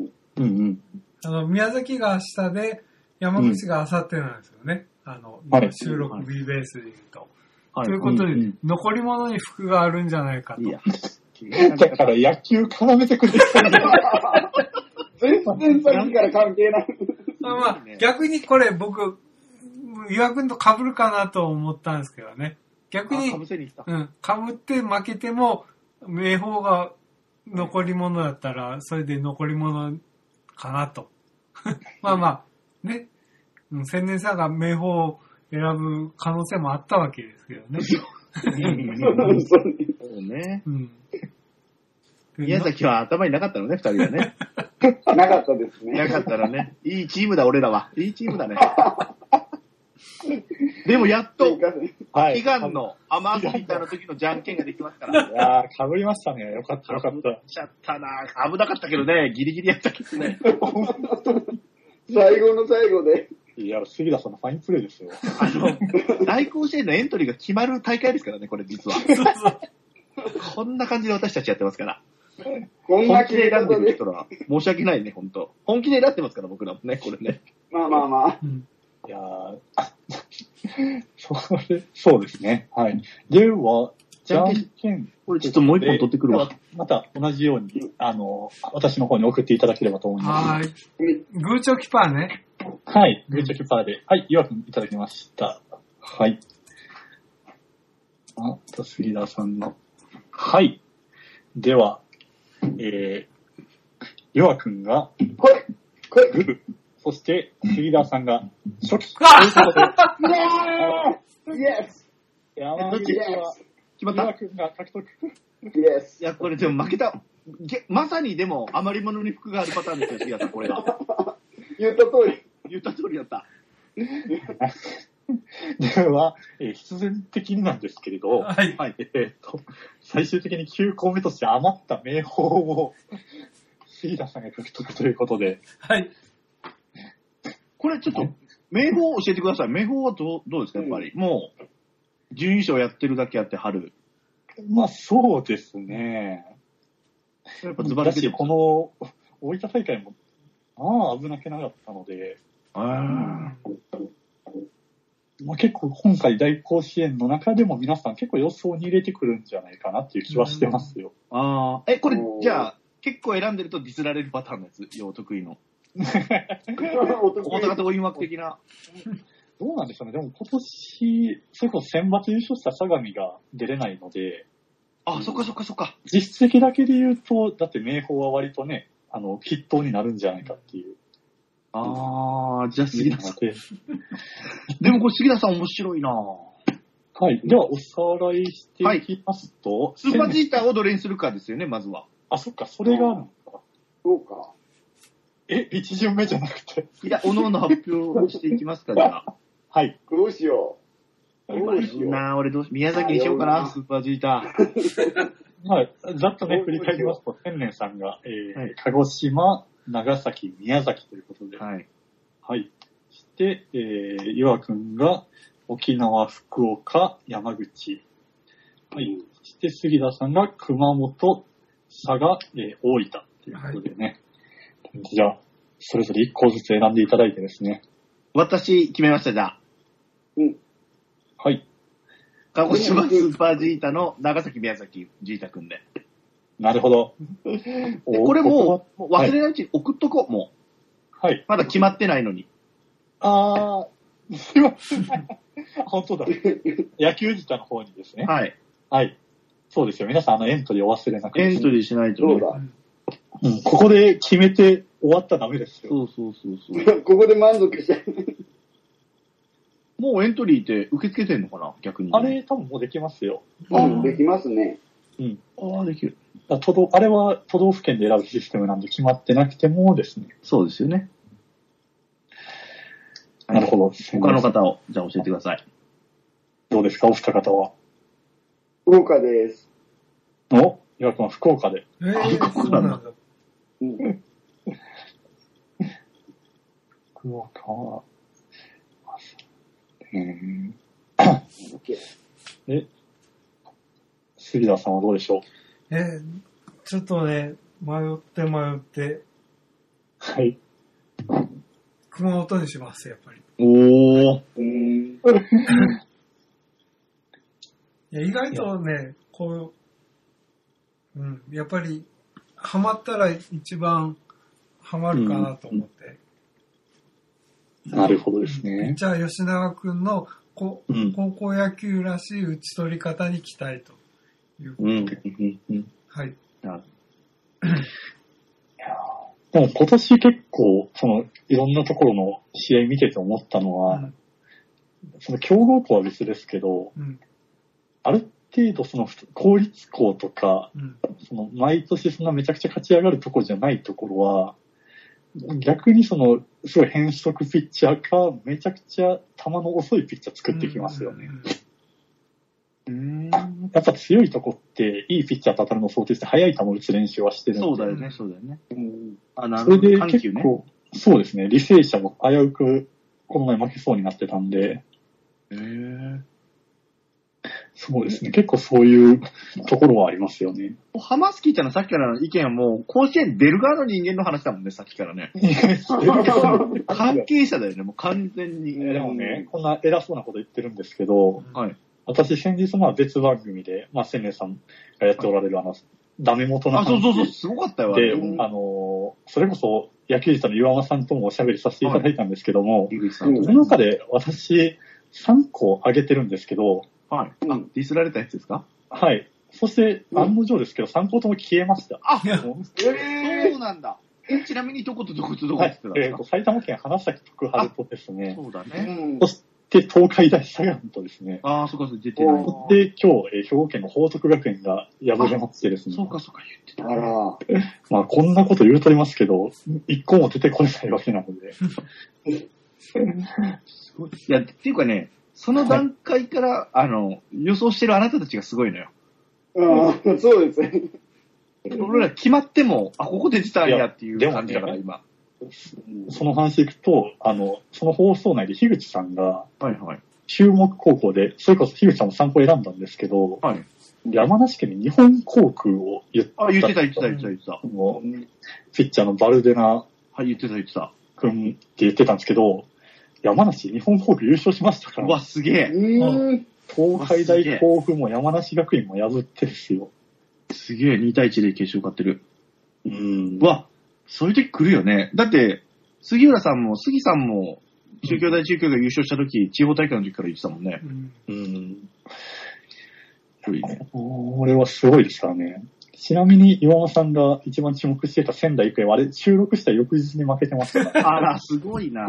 うんうん。 あの、宮崎が明日で、山口が明後日なんですよね。うん、あの、収録 B ベースで言うと。はい、ということで、うんうん、残り物に服があるんじゃないかと。いや。 だから野球絡めてくれ全然さっきから関係ない。 まあ、まあ、逆にこれ僕、岩君と被るかなと思ったんですけどね。逆に、 被せに来た。 うん、被って負けても、明豊が残り物だったら、それで残り物かなと。まあまあ、ね。千年さんが明豊を選ぶ可能性もあったわけですけどね。 そうね。うん。宮崎は頭になかったのね、二人はね。 なかったですね。 なかったらね。いいチームだ、俺らは。いいチームだね。でもやっと、はい、悲願のアマースビッターの時のじゃんけんができますから。 いやー、被りましたね。よかった、よかった。 被っちゃったな。危なかったけどね、ギリギリやったけどね。 最後の最後で。 いや、杉田さんのファインプレーですよ。 あの、大甲子園のエントリーが決まる大会ですからね、これ実は。こんな感じで私たちやってますから。 こんな綺麗選んでる人ら、申し訳ないね、ほんと。本気で選んでますから、僕らもね、これね。 まあまあまあ。 うん、いやー、それ、そうですね。はい。では、じゃんけん。 これちょっともう一本取ってくるわ。 また同じように、あの、私の方に送っていただければと思います。 はい。グーチョキパーね。 はい。グーチョキパーで。はい。岩君いただきました。はい。あと、杉田さんの。はい。では、えー、岩君が、 これ、これ、 グー。そして、杉田さんが、初期。 ということで。イエス山口は、 決まった岩君が獲得。 イエスいや、これでも負けた。まさにでも、余り物に服があるパターンですよ、杉田さん、これが。 言った通り。 言った通りだった。 では、えー、必然的になんですけれど、 はい。 はい、えー、っと、最終的にきゅうこうめとして余った名宝を、杉田さんが獲得ということで。 はい。 これちょっと、名宝教えてください。名宝はどう、どうですか、やっぱり。うん、もう、準優勝やってるだけあって、春。 まあ、そうですね。 やっぱズバリ出てる。 この、大分大会も、ああ、危なげなかったので、 あまあ、結構今回大甲子園の中でも皆さん結構予想に入れてくるんじゃないかなっていう気はしてますよ。 うん、ああ。え、これ、じゃあ、結構選んでるとディスられるパターンのやつ、要得意の。大阪桐蔭枠的な。 どうなんでしょうね。でも今年、それこそ選抜優勝した相模が出れないので、 あ、そっかそっかそっか。 実績だけで言うと、だって明豊は割とね、あの、筆頭になるんじゃないかっていう。 あー、じゃあ杉田さん。 ででもこれ杉田さん面白いなぁ。 はい。では、おさらいしていきますと、はい、 スーパージーターをどれにするかですよね、まずは。 あ、そっか、それがあるのか。 そうか。 え、一巡目じゃなくて。 いや、おのおの発表していきますか、じゃあ。 はい。 どうしよう。どうしよう。 なぁ、俺どうし、宮崎にしようかな、スーパージーター。 はい。ざっとね、振り返りますと、千年さんが、えーはい、鹿児島、長崎、宮崎ということで。 はい。 はい。そして、えー、岩くんが、沖縄、福岡、山口。はい。そして、杉田さんが、熊本、佐賀、えー、大分ということでね。はい、じゃあ、それぞれ一個ずつ選んでいただいてですね。 私、決めました、じゃあ。 うん。 はい。 鹿児島スーパージータの長崎、宮崎、ジータくんで。 なるほど。 これもう、忘れないうちに送っとこう、もう。はい。 まだ決まってないのに。 あー、すいません。本当だ。野球自体の方にですね。 はい。 はい。そうですよ。皆さん、あの、エントリーを忘れなくて、ね。 エントリーしないとね。 そうだ。 うん、ここで決めて終わったらダメですよ。 そうそうそうそう。 ここで満足しちゃう。 もうエントリーって受け付けてんのかな逆に。 あれ、多分もうできますよ。 うん、できますね。 うん。 ああ、できる。 あ都道あれは都道府県で選ぶシステムなんで決まってなくてもですね。 そうですよね。 なるほど。 他の方を、じゃあ教えてください。 どうですか、お二方は。 福岡です。 お岩君は福岡で。 えー、 福岡なんだ。 うん、 福岡は、うーん。え、杉田さんはどうでしょう？ えー、ちょっとね、迷って迷って、 はい。 熊本にします、やっぱり。 おー。 うーん。 いや、意外とね、こう、うん、やっぱり、ハマったら一番ハマるかなと思って。 うん、なるほどですね。 じゃあ、吉永くんのこ、うん、高校野球らしい打ち取り方に期待ということで。 うんうん、 はい。 でも今年結構、その、いろんなところの試合見てて思ったのは、うん、その強豪校は別ですけど、うん、ある程度その公立校とか、うん、その毎年そんなめちゃくちゃ勝ち上がるところじゃないところは、逆にその、すごい変則ピッチャーか、めちゃくちゃ球の遅いピッチャー作ってきますよね。うん、やっぱ強いとこって、いいピッチャーと当たるのを想定して、速い球を打つ練習はしてるんで。 そうだよね、そうだよね。うん、 あ、なるほど。それで結構、ね、そうですね、履正社も危うく、この前負けそうになってたんで。 へー。 そうですね、結構そういうところはありますよね。 ハマスキーちゃんのさっきからの意見はもう、甲子園出る側の人間の話だもんね、さっきからね。関係者だよね、もう完全に。 でもね、こんな偉そうなこと言ってるんですけど、 はい。 私先日まあ別番組で、まあ千年さんがやっておられるあの、ダメ元の話。 あ、そうそうそう、すごかったよ、 で、あの、それこそ野球児の岩間さんともおしゃべりさせていただいたんですけども、はい、その中で私さんこ挙げてるんですけど、 はい。あ、ディスられたやつですか？ はい。そして、案の定ですけど、さんことも消えました。 あ、えー、そうなんだ。え、ちなみにどことどことどこって言ってたんですか？ はい、えーと、埼玉県花咲徳栄とですね。 そうだね。 そして東海大相模とですね。 ああ、そっか、そ出てない。 そして今日、えー、兵庫県の報徳学園が敗れましてですね。 そうか、そうか、言ってた。 あら。 まあ、こんなこと言うとりますけど、一個も出てこれないわけなので。 すごい。いや、っていうかね、その段階から、はい、あの、予想してるあなたたちがすごいのよ。 ああ、そうですね。 俺ら決まっても、あ、ここ出てたんやっていう感じだから、今。 その話いくと、あの、その放送内で樋口さんが、 はいはい。 注目高校で、それこそ樋口さんも参考選んだんですけど、 はい。 山梨県に日本航空を言った。 あ、言ってた言ってた言ってた言ってた。 もう、ピッチャーのバルデナ、 はい、言ってた言ってた。 君って言ってたんですけど、山梨日本航空優勝しましたから。 うわ、すげえ。 うん。 東海大甲府も山梨学院も破ってですよ。 すげえ、にたいいちで決勝勝ってる。 うん。 うわ、そういう時来るよね。だって、杉浦さんも、杉さんも、 中京大中京が優勝した時、地方大会の時から言ってたもんね。 うん。 うん。 いいね。 これはすごいですからね。ちなみに岩間さんが一番注目してた仙台育英は、あれ、収録した翌日に負けてましたから。 あら、すごいな。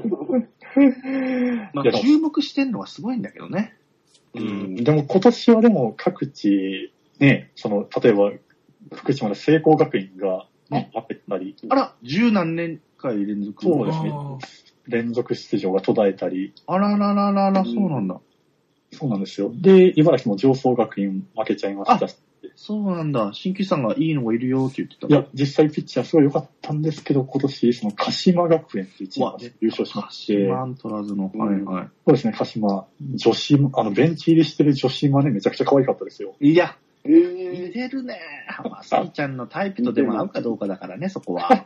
まあいや、 注目してんのはすごいんだけどね。 うん、でも今年はでも各地、ね、その、例えば、福島の聖光学院が、ね、負けたり。 あら、十何年回連続。 そうですね。連続出場が途絶えたり。 あららららら、そうなんだ。 そうなんですよ。で、茨城も上層学院負けちゃいましたし。 そうなんだ。新規さんがいいのがいるよって言ってた。 いや、実際ピッチャーすごい良かったんですけど、今年、その鹿島学園っていうチームが優勝しまして。 鹿島アントラーズの。はいはい。 そうですね、鹿島、女子、あの、ベンチ入りしてる女子マネめちゃくちゃ可愛かったですよ。 いや、 えー似てるね。浜杉ちゃんのタイプとでも合うかどうかだからね、そこは。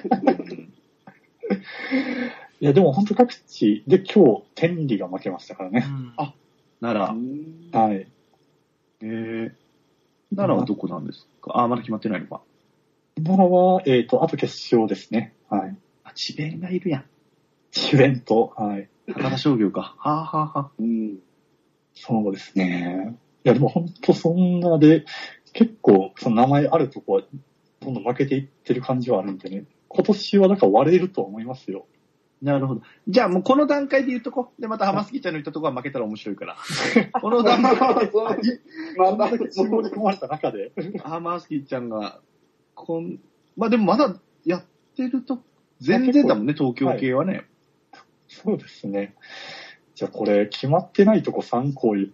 いや、でも本当各地で今日、天理が負けましたからね。 あ、奈良。 はい。 えー、奈良はどこなんですか？あ、まだ決まってないのか。 奈良は、えっ、と、あと決勝ですね。はい。 あ、智弁がいるやん。 智弁と、はい。 高田商業か。はあ、はあはあ、 うん。 そうですね。いや、でも本当そんなで、結構、その名前あるとこは、どんどん負けていってる感じはあるんでね。今年はだから割れると思いますよ。 なるほど。じゃあもうこの段階で言うとこ。で、また浜杉ちゃんの言ったとこは負けたら面白いから。この段階で、 また、 絞り込まれた中で。 浜杉ちゃんが、こん、まあでもまだやってると、全然だもんね、東京系はね。 そうですね。じゃあこれ、決まってないとこさんこ言って、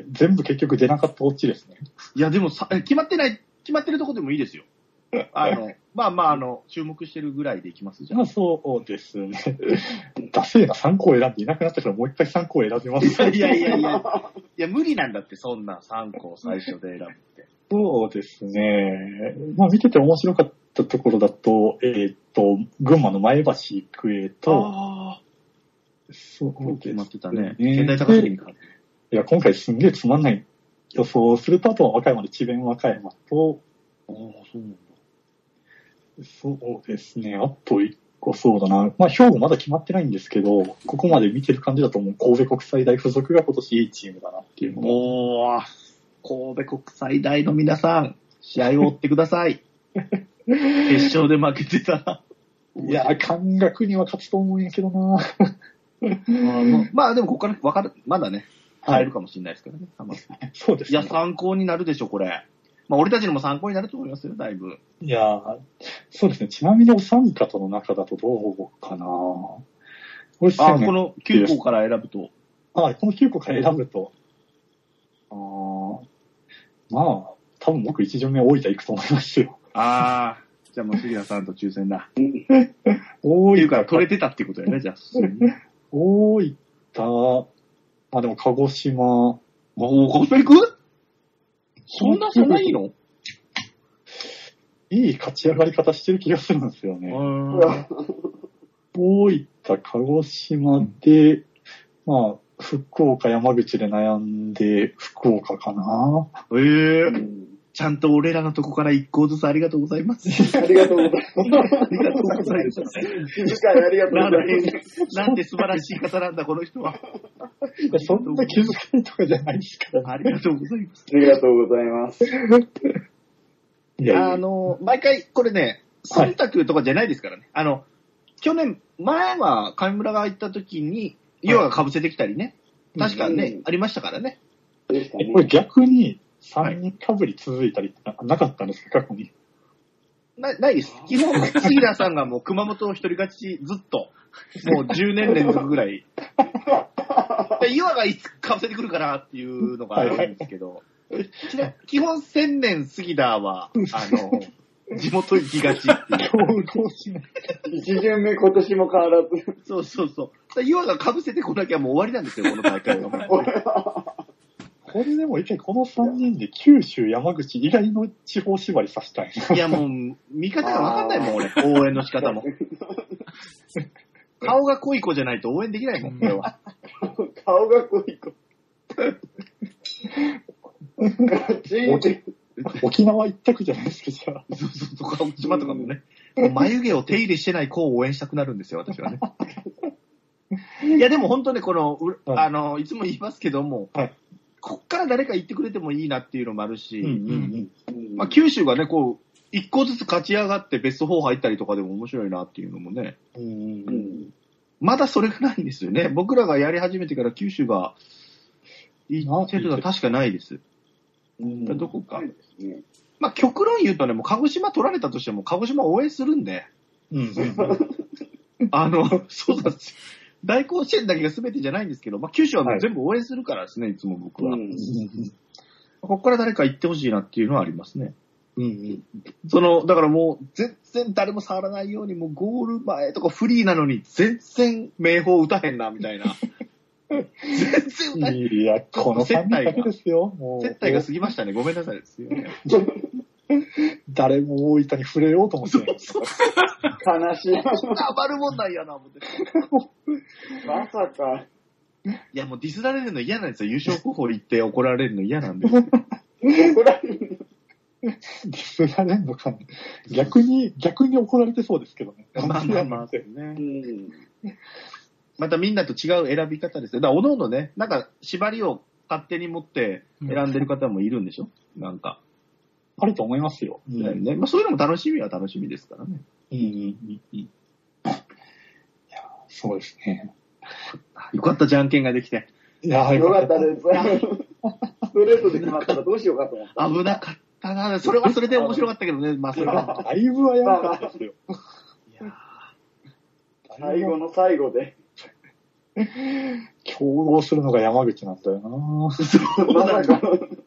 全部結局出なかったオチですね。 いやでもさ、決まってない、決まってるとこでもいいですよ。あの、まあまあ、あの、注目してるぐらいでいきますじゃん。 まあそうですね。ダセーなさんこ選んでいなくなったからもう一回さんこ選びます。 いやいやいやいや。いや、無理なんだって、そんなさんこを最初で選ぶって。 そうですね。まあ見てて面白かったところだと、えーっと、群馬の前橋育英と、 ああ、 そう決まってたね。 ね仙台高杉に勝って。 いや、今回すんげえつまんない予想をすると、あとは和歌山で智弁和歌山と、 ああ、そうなんだ。 そうですね。あと一個そうだな。まあ、兵庫まだ決まってないんですけど、ここまで見てる感じだともう神戸国際大附属が今年いいチームだなっていうのを。 おー、神戸国際大の皆さん、試合を追ってください。決勝で負けてたら。 いや、感覚には勝つと思うんやけどな。 あまあでもここから分かる、まだね、変えるかもしれないですけどね。 そうですね。 いや、参考になるでしょ、これ。まあ俺たちにも参考になると思いますよ、だいぶ。 いや、そうですね。ちなみにお三方の中だとどうかな。これあ、このきゅうこから選ぶと。 あ、このきゅうこから選ぶと。あまあ、多分僕一巡目大分行くと思いますよ。 ああ、じゃあもう杉田さんと抽選だ。 大分っていうから取れてたってことやね、じゃあ。 大分、まあでも鹿児島。 おー、コスペ行く？そんな、そんないいの？ いい勝ち上がり方してる気がするんですよね。大分、鹿児島で、まあ、福岡、山口で悩んで、福岡かな。 ええー。ちゃんと俺らのとこから一個ずつありがとうございます。 ありがとうございます。 ありがとうございます。 気遣いありがとうございます。 なんて素晴らしい方なんだ、この人は。 そんな気遣いとかじゃないですから。 ありがとうございます。 ありがとうございます。 いやいやあの、毎回、これね、忖度とかじゃないですからね。はい、あの、去年、前は上村が行った時に、要は被せてきたりね。はい、確かね、うん、ありましたからね。 これ逆に、さんにんかぶり続いたりってなかったんですか、過去に。 な、ないです。基本、杉田さんがもう熊本一人勝ちずっと、もうじゅうねん連続ぐらい。岩がいつかぶせてくるかなっていうのがあるんですけど、はいはい、基本千年杉田は、あの、地元行きがちっていう。 一巡目今年も変わらず。 そうそうそう。岩がかぶせてこなきゃもう終わりなんですよ、この大会は。 これでも一回このさんにんで九州、山口以外の地方縛りさせたいな。 いやもう、見方がわかんないもん、俺。応援の仕方も。顔が濃い子じゃないと応援できないもん、これは。 顔が濃い子。 沖縄一択じゃないですか、じゃあ。 そうそうそう、鹿児島とかもね。眉毛を手入れしてない子を応援したくなるんですよ、私はね。 いや、でも本当ね、この、うはいあの、いつも言いますけども、 はいこっから誰か言ってくれてもいいなっていうのもあるし、 うんうんうんまあ、九州がね、こう、一個ずつ勝ち上がってベストフォー入ったりとかでも面白いなっていうのもね、 うん。うんううんん。 まだそれがないんですよね。僕らがやり始めてから九州が行ってるのは確かないです。 うんどこかそうですね。 まあ、極論言うとね、もう鹿児島取られたとしても、鹿児島を応援するんで、 うんうん。 あの、そうなんですよ。大甲子園だけが全てじゃないんですけど、まあ、九州はもはいう全部応援するからですね、いつも僕は。 うんここから誰か行ってほしいなっていうのはありますね。 うんうん。 その、だからもう、全然誰も触らないように、もうゴール前とかフリーなのに、全然名砲打たへんな、みたいな。全然打たへん。 いや、このさんにんだけですよ。もう接待が過ぎましたね。ごめんなさいですよね。 誰も大分に触れようともしない。 悲しい。 余るもんないやな、思って。 まさか。 いや、もうディスられるの嫌なんですよ。優勝候補行って怒られるの嫌なんで。 怒られる。 ディスられんのかな。逆に、逆に怒られてそうですけどね。 まあまあまあ、 うね。 ん。 またみんなと違う選び方ですよ。だから、おのおのね、なんか縛りを勝手に持って選んでる方もいるんでしょ、なんか。 あると思いますよ。 だよね。まあそういうのも楽しみは楽しみですからね。 うんうんうんうん。いや、そうですね。 よかった、じゃんけんができて。 いや、 よかったです。ストレートで決まったらどうしようかと思った。 危なかったな。それはそれで面白かったけどね。まあそれは。 だいぶ危うかったですよ。 いや最後の最後で。 競合するのが山口なんだよな。 まさか。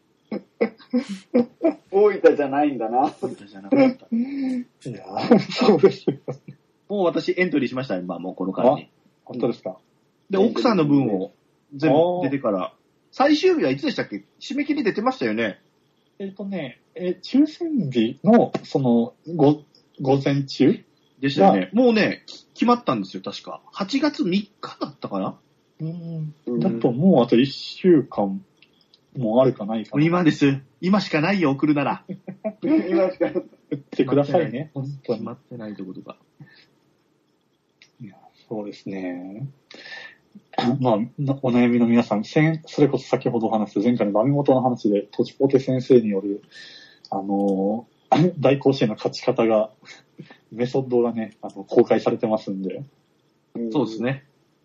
大分じゃないんだな。 ーじゃなかった。 いや、そうですよ。 もう私エントリーしました、今もうこの間に。 本当ですか。 で、奥さんの分を全部出てから。最終日はいつでしたっけ？締め切り出てましたよね。 えっとね、え、抽選日の、その、ご、午前中でしたよね。もうね、き決まったんですよ、確か。はちがつみっかだったかな。 うん。 うんだともうあといっしゅうかんもあるかないかもうな。 今です。今しかないよ、送るなら。 今しか。 打ってくださいね。本当に決ま。ってないところが。 いや、そうですね。まあ、なお悩みの皆さん、先それこそ先ほどお話した前回のダメ元の話で、トチポテ先生による、あのー、大甲子園の勝ち方が、メソッドがね、あの、公開されてますんで。 そうですね。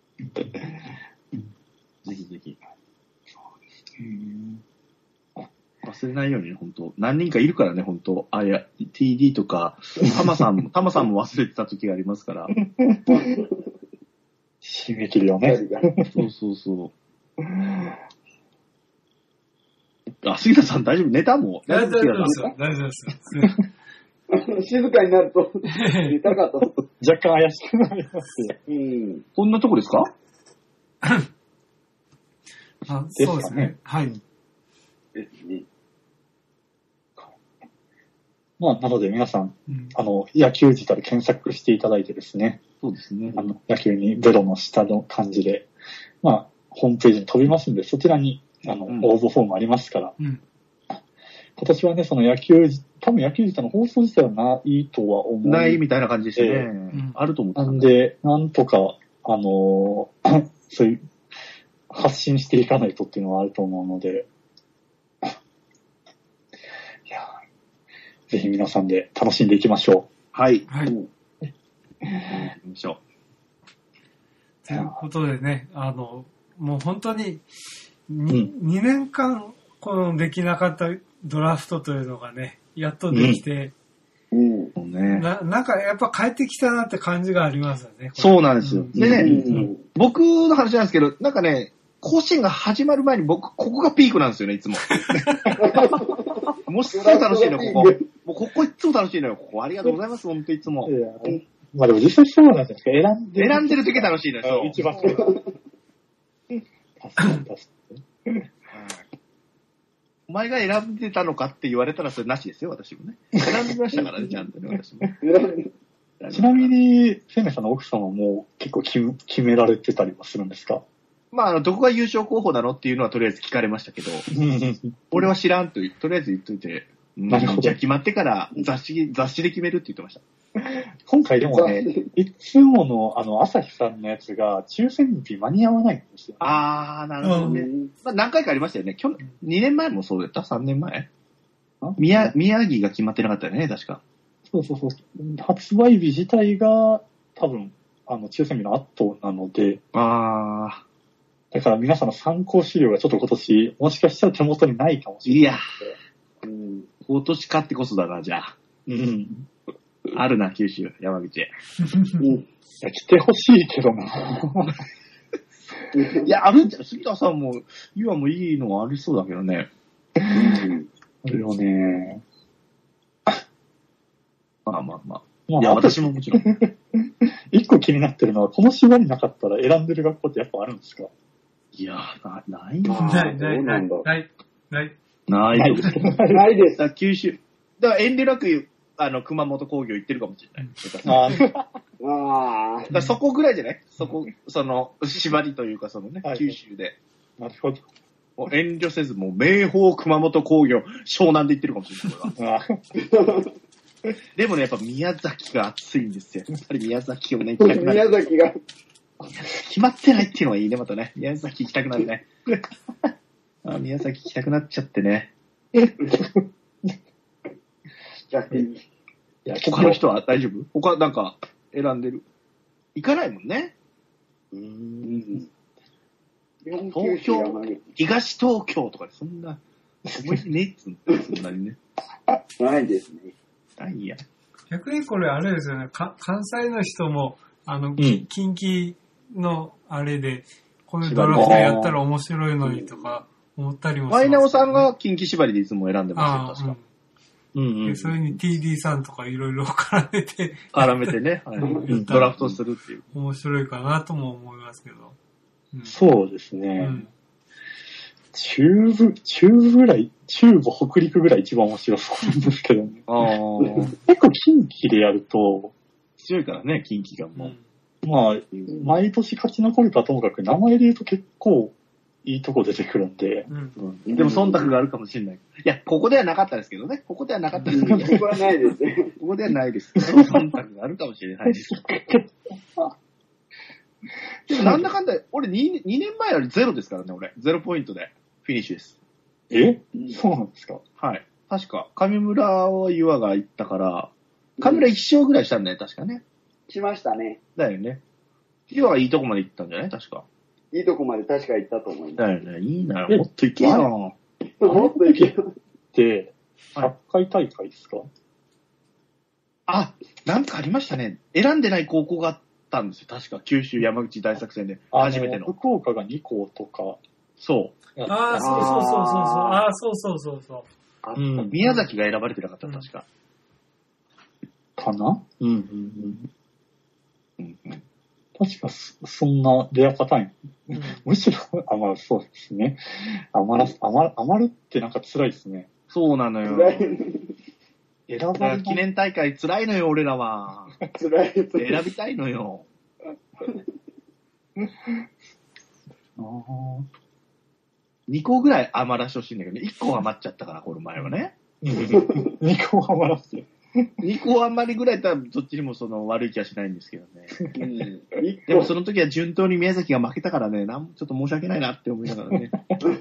ぜひぜひ。 うん忘れないようにね、本当何人かいるからね、本当あ、いや、ティーディー とか、タマさんも、タマさんも忘れてた時がありますから。 締め切りをね。 そうそうそう。あ、杉田さん大丈夫？寝たもん。 大丈夫杉田さんですよ。大丈夫ですよ。 静かになると、寝たかと。 若干怪しくなりますよ。 うん。 こんなとこですか？ あですかねそうですね。はい。 ですね。 まあ、なので皆さん、 うんあの、野球自体で検索していただいてですね、 そうですねあ。の、野球にゼロの下の感じで、まあ、ホームページに飛びますんで、そちらに、あの、 うん応募フォームありますから、 うん。 今年はね、その野球、多分野球自体の放送自体はないとは思う。 ないみたいな感じでしたね。 ええんあると思ってなんたんで。 で、なんとか、あのーそういう、発信していかないとっていうのはあると思うので、いやーぜひ皆さんで楽しんでいきましょはい。 はい。 うん行きましょということでね、あの、もう本当にうに、 んにねんかんこのできなかったドラフトというのがね、やっとできて、 うん。 う。もうね。 ななんかやっぱ帰ってきたなって感じがありますよね。 そうなんですよ。 うんでね、 うん僕の話なんですけど、なんかね、甲子園が始まる前に僕、ここがピークなんですよね、いつも。もうすごい楽しいの、ここ。もうここいつも楽しいのよ、ここ。ありがとうございます、本当いつもう。い。やーまあでも実際そうなんですか、選んで選んでる時楽しいのよ。 一番そうだ。確かに確かに。 お前が選んでたのかって言われたらそれなしですよ、私もね。選んでましたからね、ちゃんとね、私も。 ちなみに、セネさんの奥様も結構決め決められてたりもするんですか？ まあ、あの、どこが優勝候補なのっていうのはとりあえず聞かれましたけど、俺は知らんと、とりあえず言っといて、うんなるほどじゃあ決まってから雑誌、雑誌で決めるって言ってました。 今回でもね、いつものあの、朝日さんのやつが抽選日間に合わないんですよ、ね。 あー、なるほどね。 うん、 まあ、何回かありましたよね。去年、にねんまえもそうだった ?さん 年前宮、宮城が決まってなかったよね、確か。 そうそうそう。発売日自体が多分、あの、抽選日の後なので、 あだから皆さんの参考資料がちょっと今年、もしかしたら手元にないかもしれない。 いや、 うん、 今年買ってこそだな、じゃあ。 うん。 あるな、九州、山口。 いや、来てほしいけどな。 いや、あるんじゃ、杉田さんも、今もいいのはありそうだけどね。 あるよね。 まあまあまあ。 まあ、 いや、私ももちろん。 一個気になってるのは、この縛りなかったら選んでる学校ってやっぱあるんですか？ いや、な、ないんあーない、ない、ない、 どうなんだない、ない。 ない。 ないだかないです。 ら九州。だから遠慮なく、あの、熊本工業行ってるかもしれない。 あーああだからそこぐらいじゃないそこ、その、縛りというか、そのね、 はい九州で。 なるほど。 もう遠慮せず、もう、明豊熊本工業、湘南で行ってるかもしれない、これは。 あでもね、やっぱ宮崎が熱いんですよ。やっぱり宮崎をね、行きたくなる。 宮崎が。 決まってないっていうのがいいね、またね。宮崎行きたくなるね。あ宮崎行きたくなっちゃってね。 逆に。 いや、 他の人は大丈夫？他なんか選んでる？行かないもんね。 うー。 うんん。 東京山口東東京とかでそんな、思いねえっつうのそんなにね。 ないですね。 ないや。 逆にこれあれですよね。か関西の人も、あの、 ん近畿のあれで、こういうドラフトやったら面白いのにとか思ったりもします、 ワイナオさんが近畿縛りでいつも選んでますよ、 ああ、 確か。 うんうん。 うん。 でそれに ティーディー さんとかいろいろ絡めて絡めてね、はいうんドラフトするっていう。 面白いかなとも思いますけど。うん、 そうですうね。 ん。 中部、中部ぐらい、中部北陸ぐらい一番面白そうなんですけどね。 ああ。 結構近畿でやると、 強いからね、近畿がもう。 まあ、毎年勝ち残るかともかく、名前で言うと結構いいとこ出てくるんで、 うん。 うんでも忖度があるかもしれない。いや、ここではなかったですけどね。ここではなかったですけど、 ここはないですね。 ここではないです。忖度があるかもしれないです。でもなんだかんだ、俺 2, 2年前よりゼロですからね、俺。ゼロポイントでフィニッシュです。 えそうなんですか？ はい。確か、上村は岩が行ったから、上村一勝ぐらいしたんだよ、確かね。 しましたね。 だよね。岩がいいとこまで行ったんじゃない確か。 いいとこまで確か行ったと思いまだよね。いいなよ。 えもっと行けよ。 す。もっと行けよ。 で、ひゃっかい大会ですか？ あ、なんかありましたね。選んでない高校があったんですよ。確か、九州山口大作戦で。 あ初めての。 福岡がに校とか。 そう。 ああ、そうそうそうそうそう。ああ、そうそうそうそう。 あったうん宮崎が選ばれてなかった、確か。 かなうんうんうん。 うんうん確かそ、そんなレアパターン。 うんむしろ、あ、まあそうですね。余ら、余る、余るってなんか辛いですね。 そうなのよ。 辛い。 選だから記念大会辛いのよ、俺らは。 辛い。 選びたいのよ。 あーにこぐらい余らしてほしいんだけど、いっこ余っちゃったから、この前はね。 にこ余らせて。 にこ余りぐらいだったら、どっちにもその悪い気はしないんですけどね。 うん。一でも個その時は順当に宮崎が負けたからね、なんちょっと申し訳ないなって思いながらね。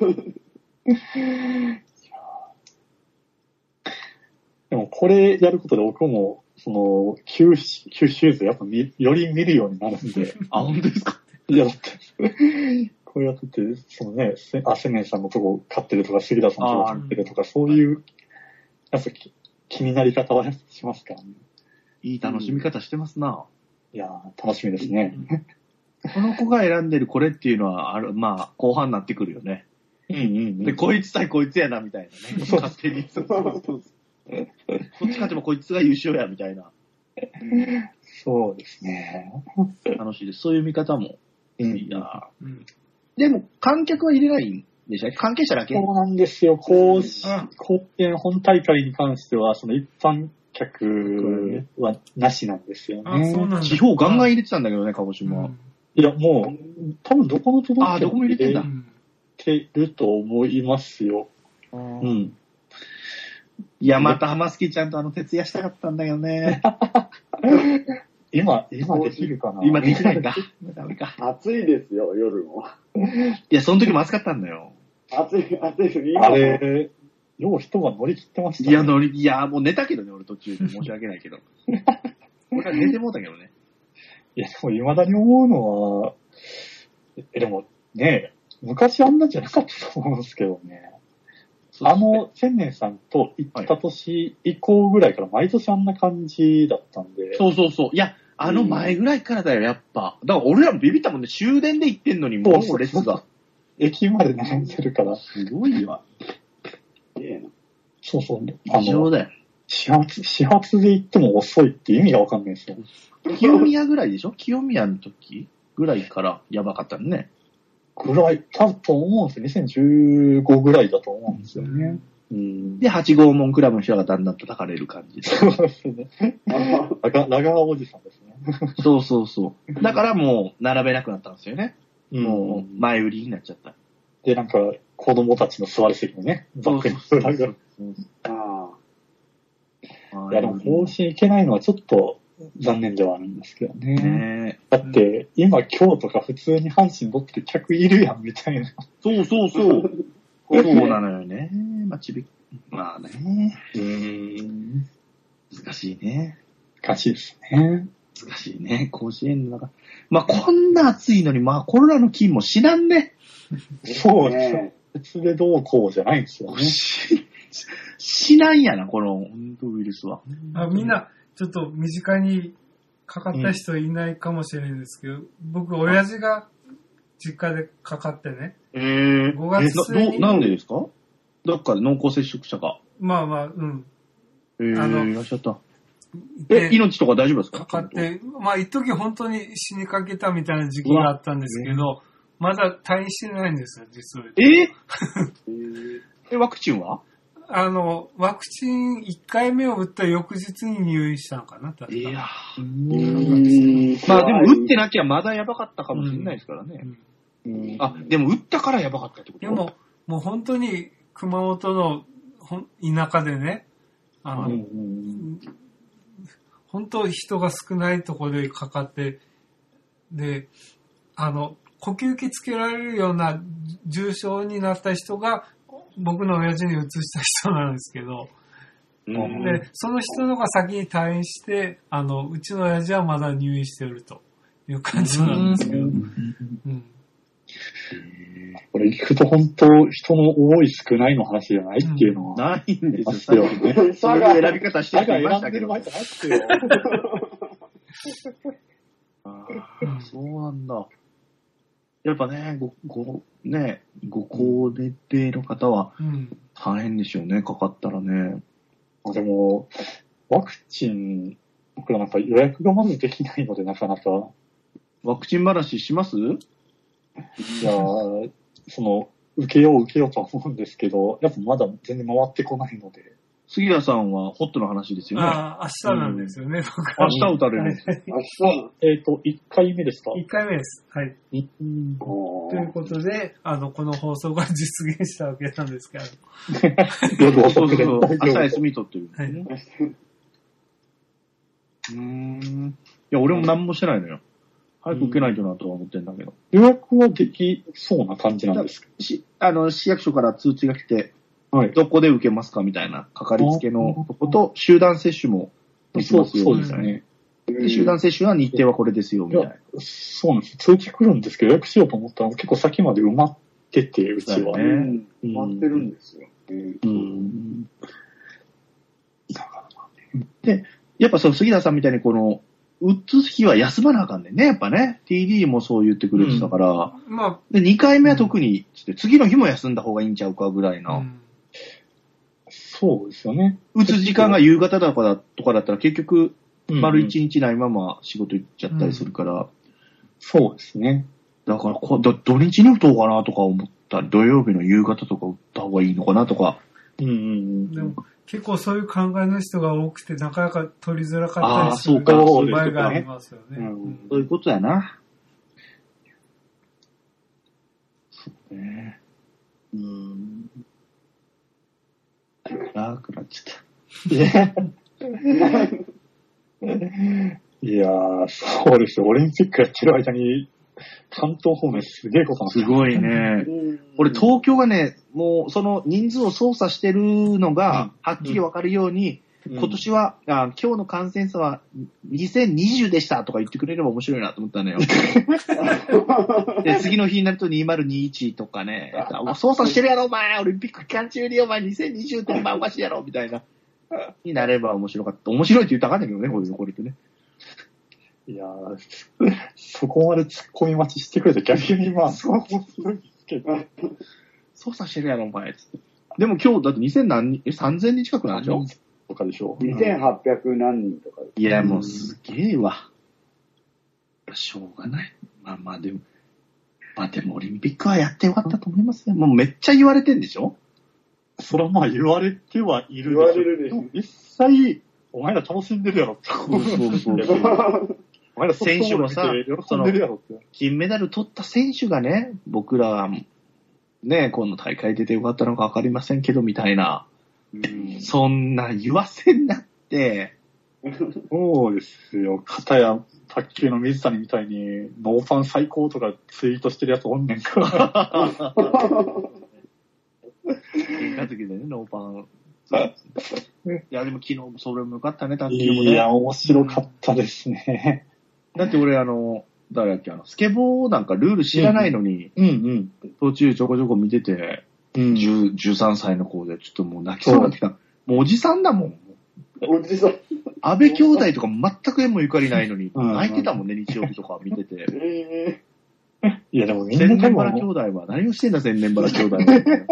でもこれやることで僕も、その、九州、九州図やっぱ見より見るようになるんで。 あ、本当ですか？ いや、だって、こうやってて、そのね、せあ、セメンさんのとこ勝ってるとか、杉田さんのとこ勝ってるとか、そういう、やっぱき気になり方はしますからね。 いい楽しみ方してますな。 いやー、楽しみですね。 この子が選んでるこれっていうのは、あるまあ、後半になってくるよね。 うんうんうん。 で、こいつ対こいつやな、みたいなね。勝手に。そうそうそうこっち勝てばこいつが優勝や、みたいな。 そうですね。 楽しいです。そういう見方も。 うんいやうん。 でも、観客は入れないんでしたっけ？関係者だけ。 そうなんですよ。公式うん、 公演本大会に関しては、その一般客はなしなんですよね。 あ、そうなんだ。 地方ガンガン入れてたんだけどね、鹿児う島は。 ん。 いや、もう、多分どこの都道府あどこも入れてんだう県もん。 入れてると思いますよ。 う。 うんん。 いや、また浜好きちゃんとあの、徹夜したかったんだけどね。 今、今できるかな今できないんだ。ダメか。 暑いですよ、夜も。 いや、その時も暑かったんだよ。 暑い、暑いです。今あもれ、よう人が乗り切ってましたね。 いや、乗り、いや、もう寝たけどね、俺途中で申し訳ないけど。俺は寝てもうたけどね。 いや、でも未だに思うのは、え、でもね、昔あんなじゃなかったと思うんですけどね。あの、千年さんと行った年以降ぐらいから毎年あんな感じだったんで。 そうそうそう。いや、あの前ぐらいからだよ、やっぱ。だから俺らもビビったもんね。終電で行ってんのに、もう列が。 駅まで並んでるから。 すごいわ。 いいな。 そうそう。あの、 異常だよ。 始発、始発で行っても遅いって意味がわかんないですよ。 清宮ぐらいでしょ清宮の時ぐらいからやばかったのね。 ぐらいだと思うんですよ。にせんじゅうごぐらいだと思うんですよね。うん。 で、八号門クラブの人がだんだん叩かれる感じで。 そうですね。ラガ、ラガーおじさんですね。 そうそうそう。だからもう並べなくなったんですよね。 うんもう前売りになっちゃった。 で、なんか、子供たちの座り席にね、バックにそうラガー。 あいや、でも方針いけないのはちょっと残念ではあるんですけどね。 ねだって、今、今日とか普通に阪神乗って客いるやん、みたいな。 そうそうそう。そうなのよね。まあ、ちび、まあね。 うーん。 難しいね。 難しいですね。 難しいね。甲子園の中。まあ、こんな暑いのに、まあ、コロナの菌も死なんね。 そうですよね。 別でどうこうじゃないんですよね。 し死なんやな、この、本当ウイルスは。 あ、みんな、ちょっと身近にかかった人いないかもしれないんですけど、僕、親父が実家でかかってね。 えー、 ごがつ末にえな、ど、なんでですかどっかで濃厚接触者が。 まあまあ、うん。 えー、 あのいらっしゃった。え、 で命とか大丈夫ですかかかって、まあ、一時本当に死にかけたみたいな時期があったんですけど、まだ退院してないんですよ、実は。 えええ、ワクチンはあの、ワクチンいっかいめを打った翌日に入院したのかな、確か。 いやうーんまあでも打ってなきゃまだやばかったかもしれないですからね。 うんあ、でも打ったからやばかったってことでも、もう本当に熊本のほん田舎でね、あの、 うんうん本当人が少ないところでかかって、で、あの、呼吸器つけられるような重症になった人が、僕の親父に移した人なんですけど、 うんで、その人のが先に退院して、あの、うちの親父はまだ入院してるという感じなんですけど、うんこれ聞くと本当人の多い少ないの話じゃないっていうのは。 ないんですよ。 ますよね。 そういう選び方してだかる人いまら選したけど。 んでる場合じゃなくてよ。 あーそうなんだ。やっぱね、ご、ご、ね、ご高齢の方はうん大変でしょうね、かかったらね。 でも、ワクチン、僕らなんか予約がまずできないのでなかなか。 ワクチン話しますいやーその、受けよう受けようとは思うんですけど、やっぱまだ全然回ってこないので。 杉谷さんはホットの話ですよね。 ああ、明日なんですよね、僕は。 明日打たれるんですよ。 明日。 えっ、と、いっかいめですかいっかいめです。はい。 うんおということで、あの、この放送が実現したわけなんですけど。 夜そう遅くでそうそう。朝休み取ってるんですはいね。うーん。いや、俺も何もしてないのよ。早く受けないとなとは思ってんだけど。 予約はできそうな感じなんですか？ し、あの、市役所から通知が来て、 はい。 どこで受けますかみたいな、かかりつけのとこと、集団接種もできそう、 ますよ、 そうみたいな。 ですね。 で、集団接種は日程はこれですよ、みたいな。 そうなんです。通知来るんですけど、予約しようと思ったら結構先まで埋まってて、うちは。 そうだよねうん。待ってるんですよ。うんうん。 で、やっぱそう、杉田さんみたいにこの、打つ日は休まなあかんねんね、やっぱね。ティーディー もそう言ってくれてたから。 まで、にかいめは特に、つって次の日も休んだ方がいいんちゃうかぐらいあ、 な。 うんそうですよね。 打つ時間が夕方とかだとかだったら結局、丸一日。 日ないまま仕事行っちゃったりするから。 そうですね。 だからこ、ど土日に打とうかなとか思ったり、土曜日の夕方とか打った方がいいのかなとか。 うんうんうん。 でも結構そういう考えの人が多くて、なかなか取りづらかったりするあーそうかそうです場合がありますよね。 うんそういうことやな。そうね。うーん。暗くなっちゃった。 いやー、そうですよ。オリンピックやってる間に、関東方面すげえことなんですごいね。俺、東京がね、もうその人数を操作してるのが、はっきりわかるように、うん、今年は、あ、今日の感染者はにせんにじゅうでしたとか言ってくれれば面白いなと思ったのよ。で、次の日になるとにせんにじゅういちとかね、操作してるやろお前、オリンピック期間中にお前にせんにじゅうっておかしいやろみたいな。になれば面白かった。面白いって言ったらあかんねんけどね、これ、これってね。 いやー、そこまで突っ込み待ちしてくれて逆にまあ、そう面白いですけど。 操作してるやろ、お前。でも今日だってにせん何人、え、さんぜんにん近くなんでしょとかでしょ。 にせんはっぴゃく何人とか。 いや、もうすげえわ。しょうがない。まあまあでも、まあでもオリンピックはやってよかったと思いますよ。もうめっちゃ言われてんでしょ。 それはまあ言われてはいる言われるでしょ。 実際、お前ら楽しんでるやろって。 そうそうそう。お前ら選手もさ、 喜んでるやろって。 金メダル取った選手がね、僕らは、ね、この大会出てよかったのかわかりませんけど、みたいな。うん、そんな言わせんなって。 そうですよ。片や卓球の水谷みたいに、ノーパン最高とかツイートしてるやつおんねんから。 喧嘩時でね、ノーパン。いや、でも昨日もそれもよかったね、卓球もね。 いや、面白かったですね。 だって俺、あの、誰だっけ、あの、スケボーなんかルール知らないのに、 うんうん、 途中ちょこちょこ見てて、うん、じゅう、じゅうさんさいの子で、ちょっともう泣きそうになってきた。もうおじさんだもん。 おじさん。 安倍兄弟とか全く縁もゆかりないのに、泣いてたもんね、日曜日とか見てて。 えー、いやでもみんな千年原兄弟は何をしてんだ、千年原兄弟は。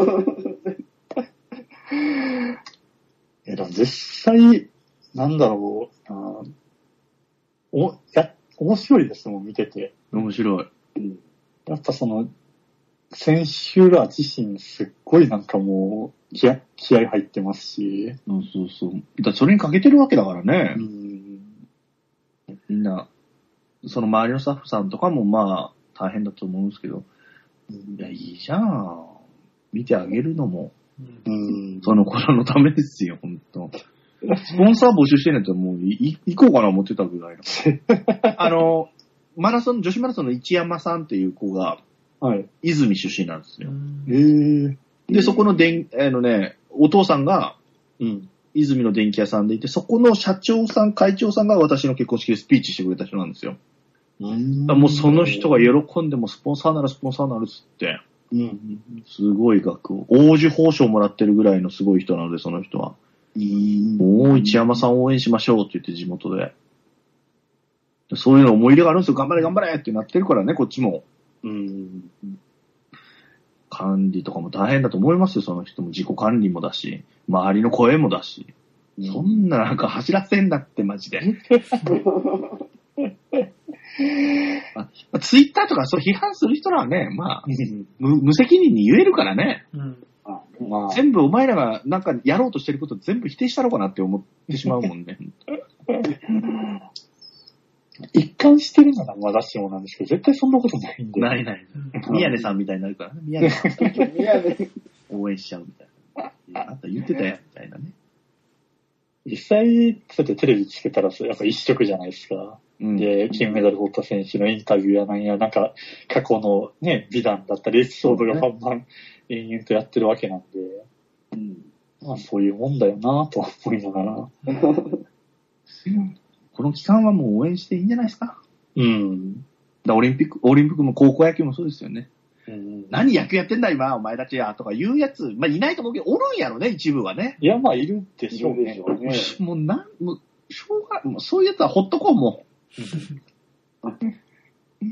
いやでも実際、なんだろう、あお、や、面白いですもん、見てて。 面白い。 やっぱその、選手ら自身すっごいなんかもう、気合、気合入ってますし。 そうそうそう。だそれにかけてるわけだからね。 うん、 みんな、その周りのスタッフさんとかもまあ、大変だと思うんですけど、うん、いや、いいじゃん。見てあげるのも、 うん、 その頃のためですよ、ほんと。スポンサー募集してんやったらもうい行こうかな思ってたぐらいの。あの、マラソン、女子マラソンの市山さんっていう子が、 はい。 泉出身なんですよ。 へー。 で、そこの電、あのね、お父さんが、 うん。 泉の電気屋さんでいて、そこの社長さん、会長さんが私の結婚式でスピーチしてくれた人なんですよ。 うん。 もうその人が喜んでもスポンサーならスポンサーなるっつって、 うん。 すごい額を、王子報奨もらってるぐらいのすごい人なので、その人は。 うん。 もう市山さん応援しましょうって言って地元で。そういうの思い入れがあるんですよ。頑張れ頑張れってなってるからね、こっちも。 うん。 管理とかも大変だと思いますよ、その人も。自己管理もだし、周りの声もだし。うん、そんななんか走らせんなって、マジで。まあ、ツイッターとかそう批判する人らはね、まあ、無, 無責任に言えるからね。 うんまあ、全部お前らがなんかやろうとしてること全部否定したのかなって思ってしまうもんね。 一貫してるのがまだしもなんですけど、絶対そんなことないんで。 ないない。宮根さんみたいになるからね。宮根さん。 宮根応援しちゃうみたいな。あんた言ってたやん、みたいなね。 実際、だってテレビつけたらやっぱ一色じゃないですか。うん、で、金メダル取った選手のインタビューやなんや、なんか過去のね、美談だったりエピソードがバンバン延々とやってるわけなんで、うん、まあそういうもんだよなと思いながら。 この期間はもう応援していいんじゃないですか。 うん。 だオリンピック、オリンピックも高校野球もそうですよね。 うん、 何野球やってんだ今、お前たちや、とか言うやつ、まあいないと思うけど、おるんやろね、一部はね。 いや、まあいるでしょうね。 いるでしょうね。 もうなん、もう、しょうが、もうそういうやつはほっとこう、もう。うん、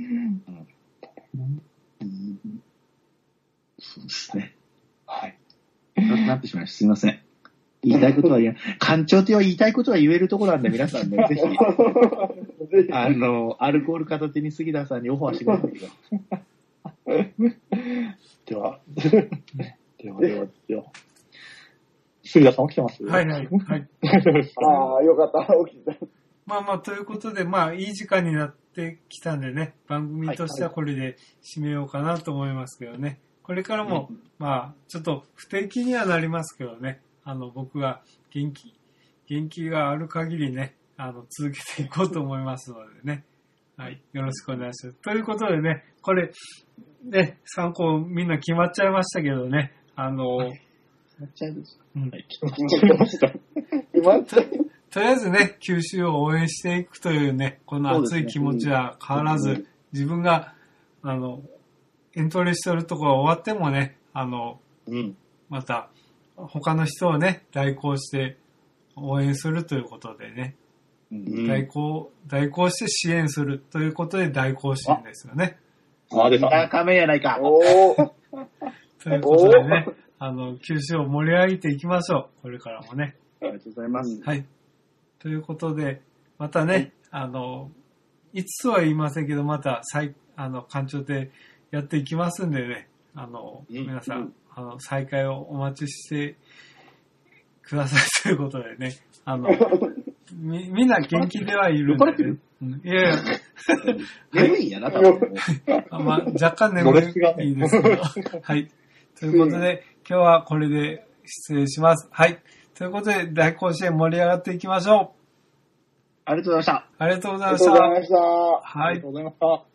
そうですね。 はい。 な, なってしまいました。すいません。言いたいことは言えない。官庁っては言いたいことは言えるところなんで、皆さんね、ぜひ、あの、アルコール片手に杉田さんにオファーしてくださいよ。 では、では、では、では。杉田さん起きてます？ はいはい。はい、 ああ、よかった。起きた。 まあまあ、ということで、まあ、いい時間になってきたんでね、番組としてはこれで締めようかなと思いますけどね。これからも、うん、まあ、ちょっと不定期にはなりますけどね、あの、僕が元気、元気がある限りね、 あの、続けていこうと思いますのでね。はい。よろしくお願いします。ということでね、これ、ね、参考みんな決まっちゃいましたけどね、あの、 やっちゃいました。 うん、 はい、決まっちゃいました。 決まっちゃう。 とりあえずね、九州を応援していくというね、この熱い気持ちは変わらず、 うん、 自分が、あの、エントリーしてるところが終わってもね、あの、 うん。 また、他の人をね、代行して応援するということでね、 うん代行、代行して支援するということで代行支援ですよね。 あ、出た。 あ、仮面やないか。 おー。 ということでね、あの、九州を盛り上げていきましょう。これからもね。 ありがとうございます。 はい。ということで、またね、あの、いつとは言いませんけど、また、再、あの、館長でやっていきますんでね、あの、 うん皆さん、 うんあの、再開をお待ちしてくださいということでね、あの、み、みんな元気ではいるんで、ね。うん、いやいや、 眠いんやな、多分。 あまあ、若干眠いですけど。はい。ということで、今日はこれで失礼します。はい。ということで、大甲子園盛り上がっていきましょう。 ありがとうございました。 ありがとうございありました。 がとうございました。 はいありがとう。ございました。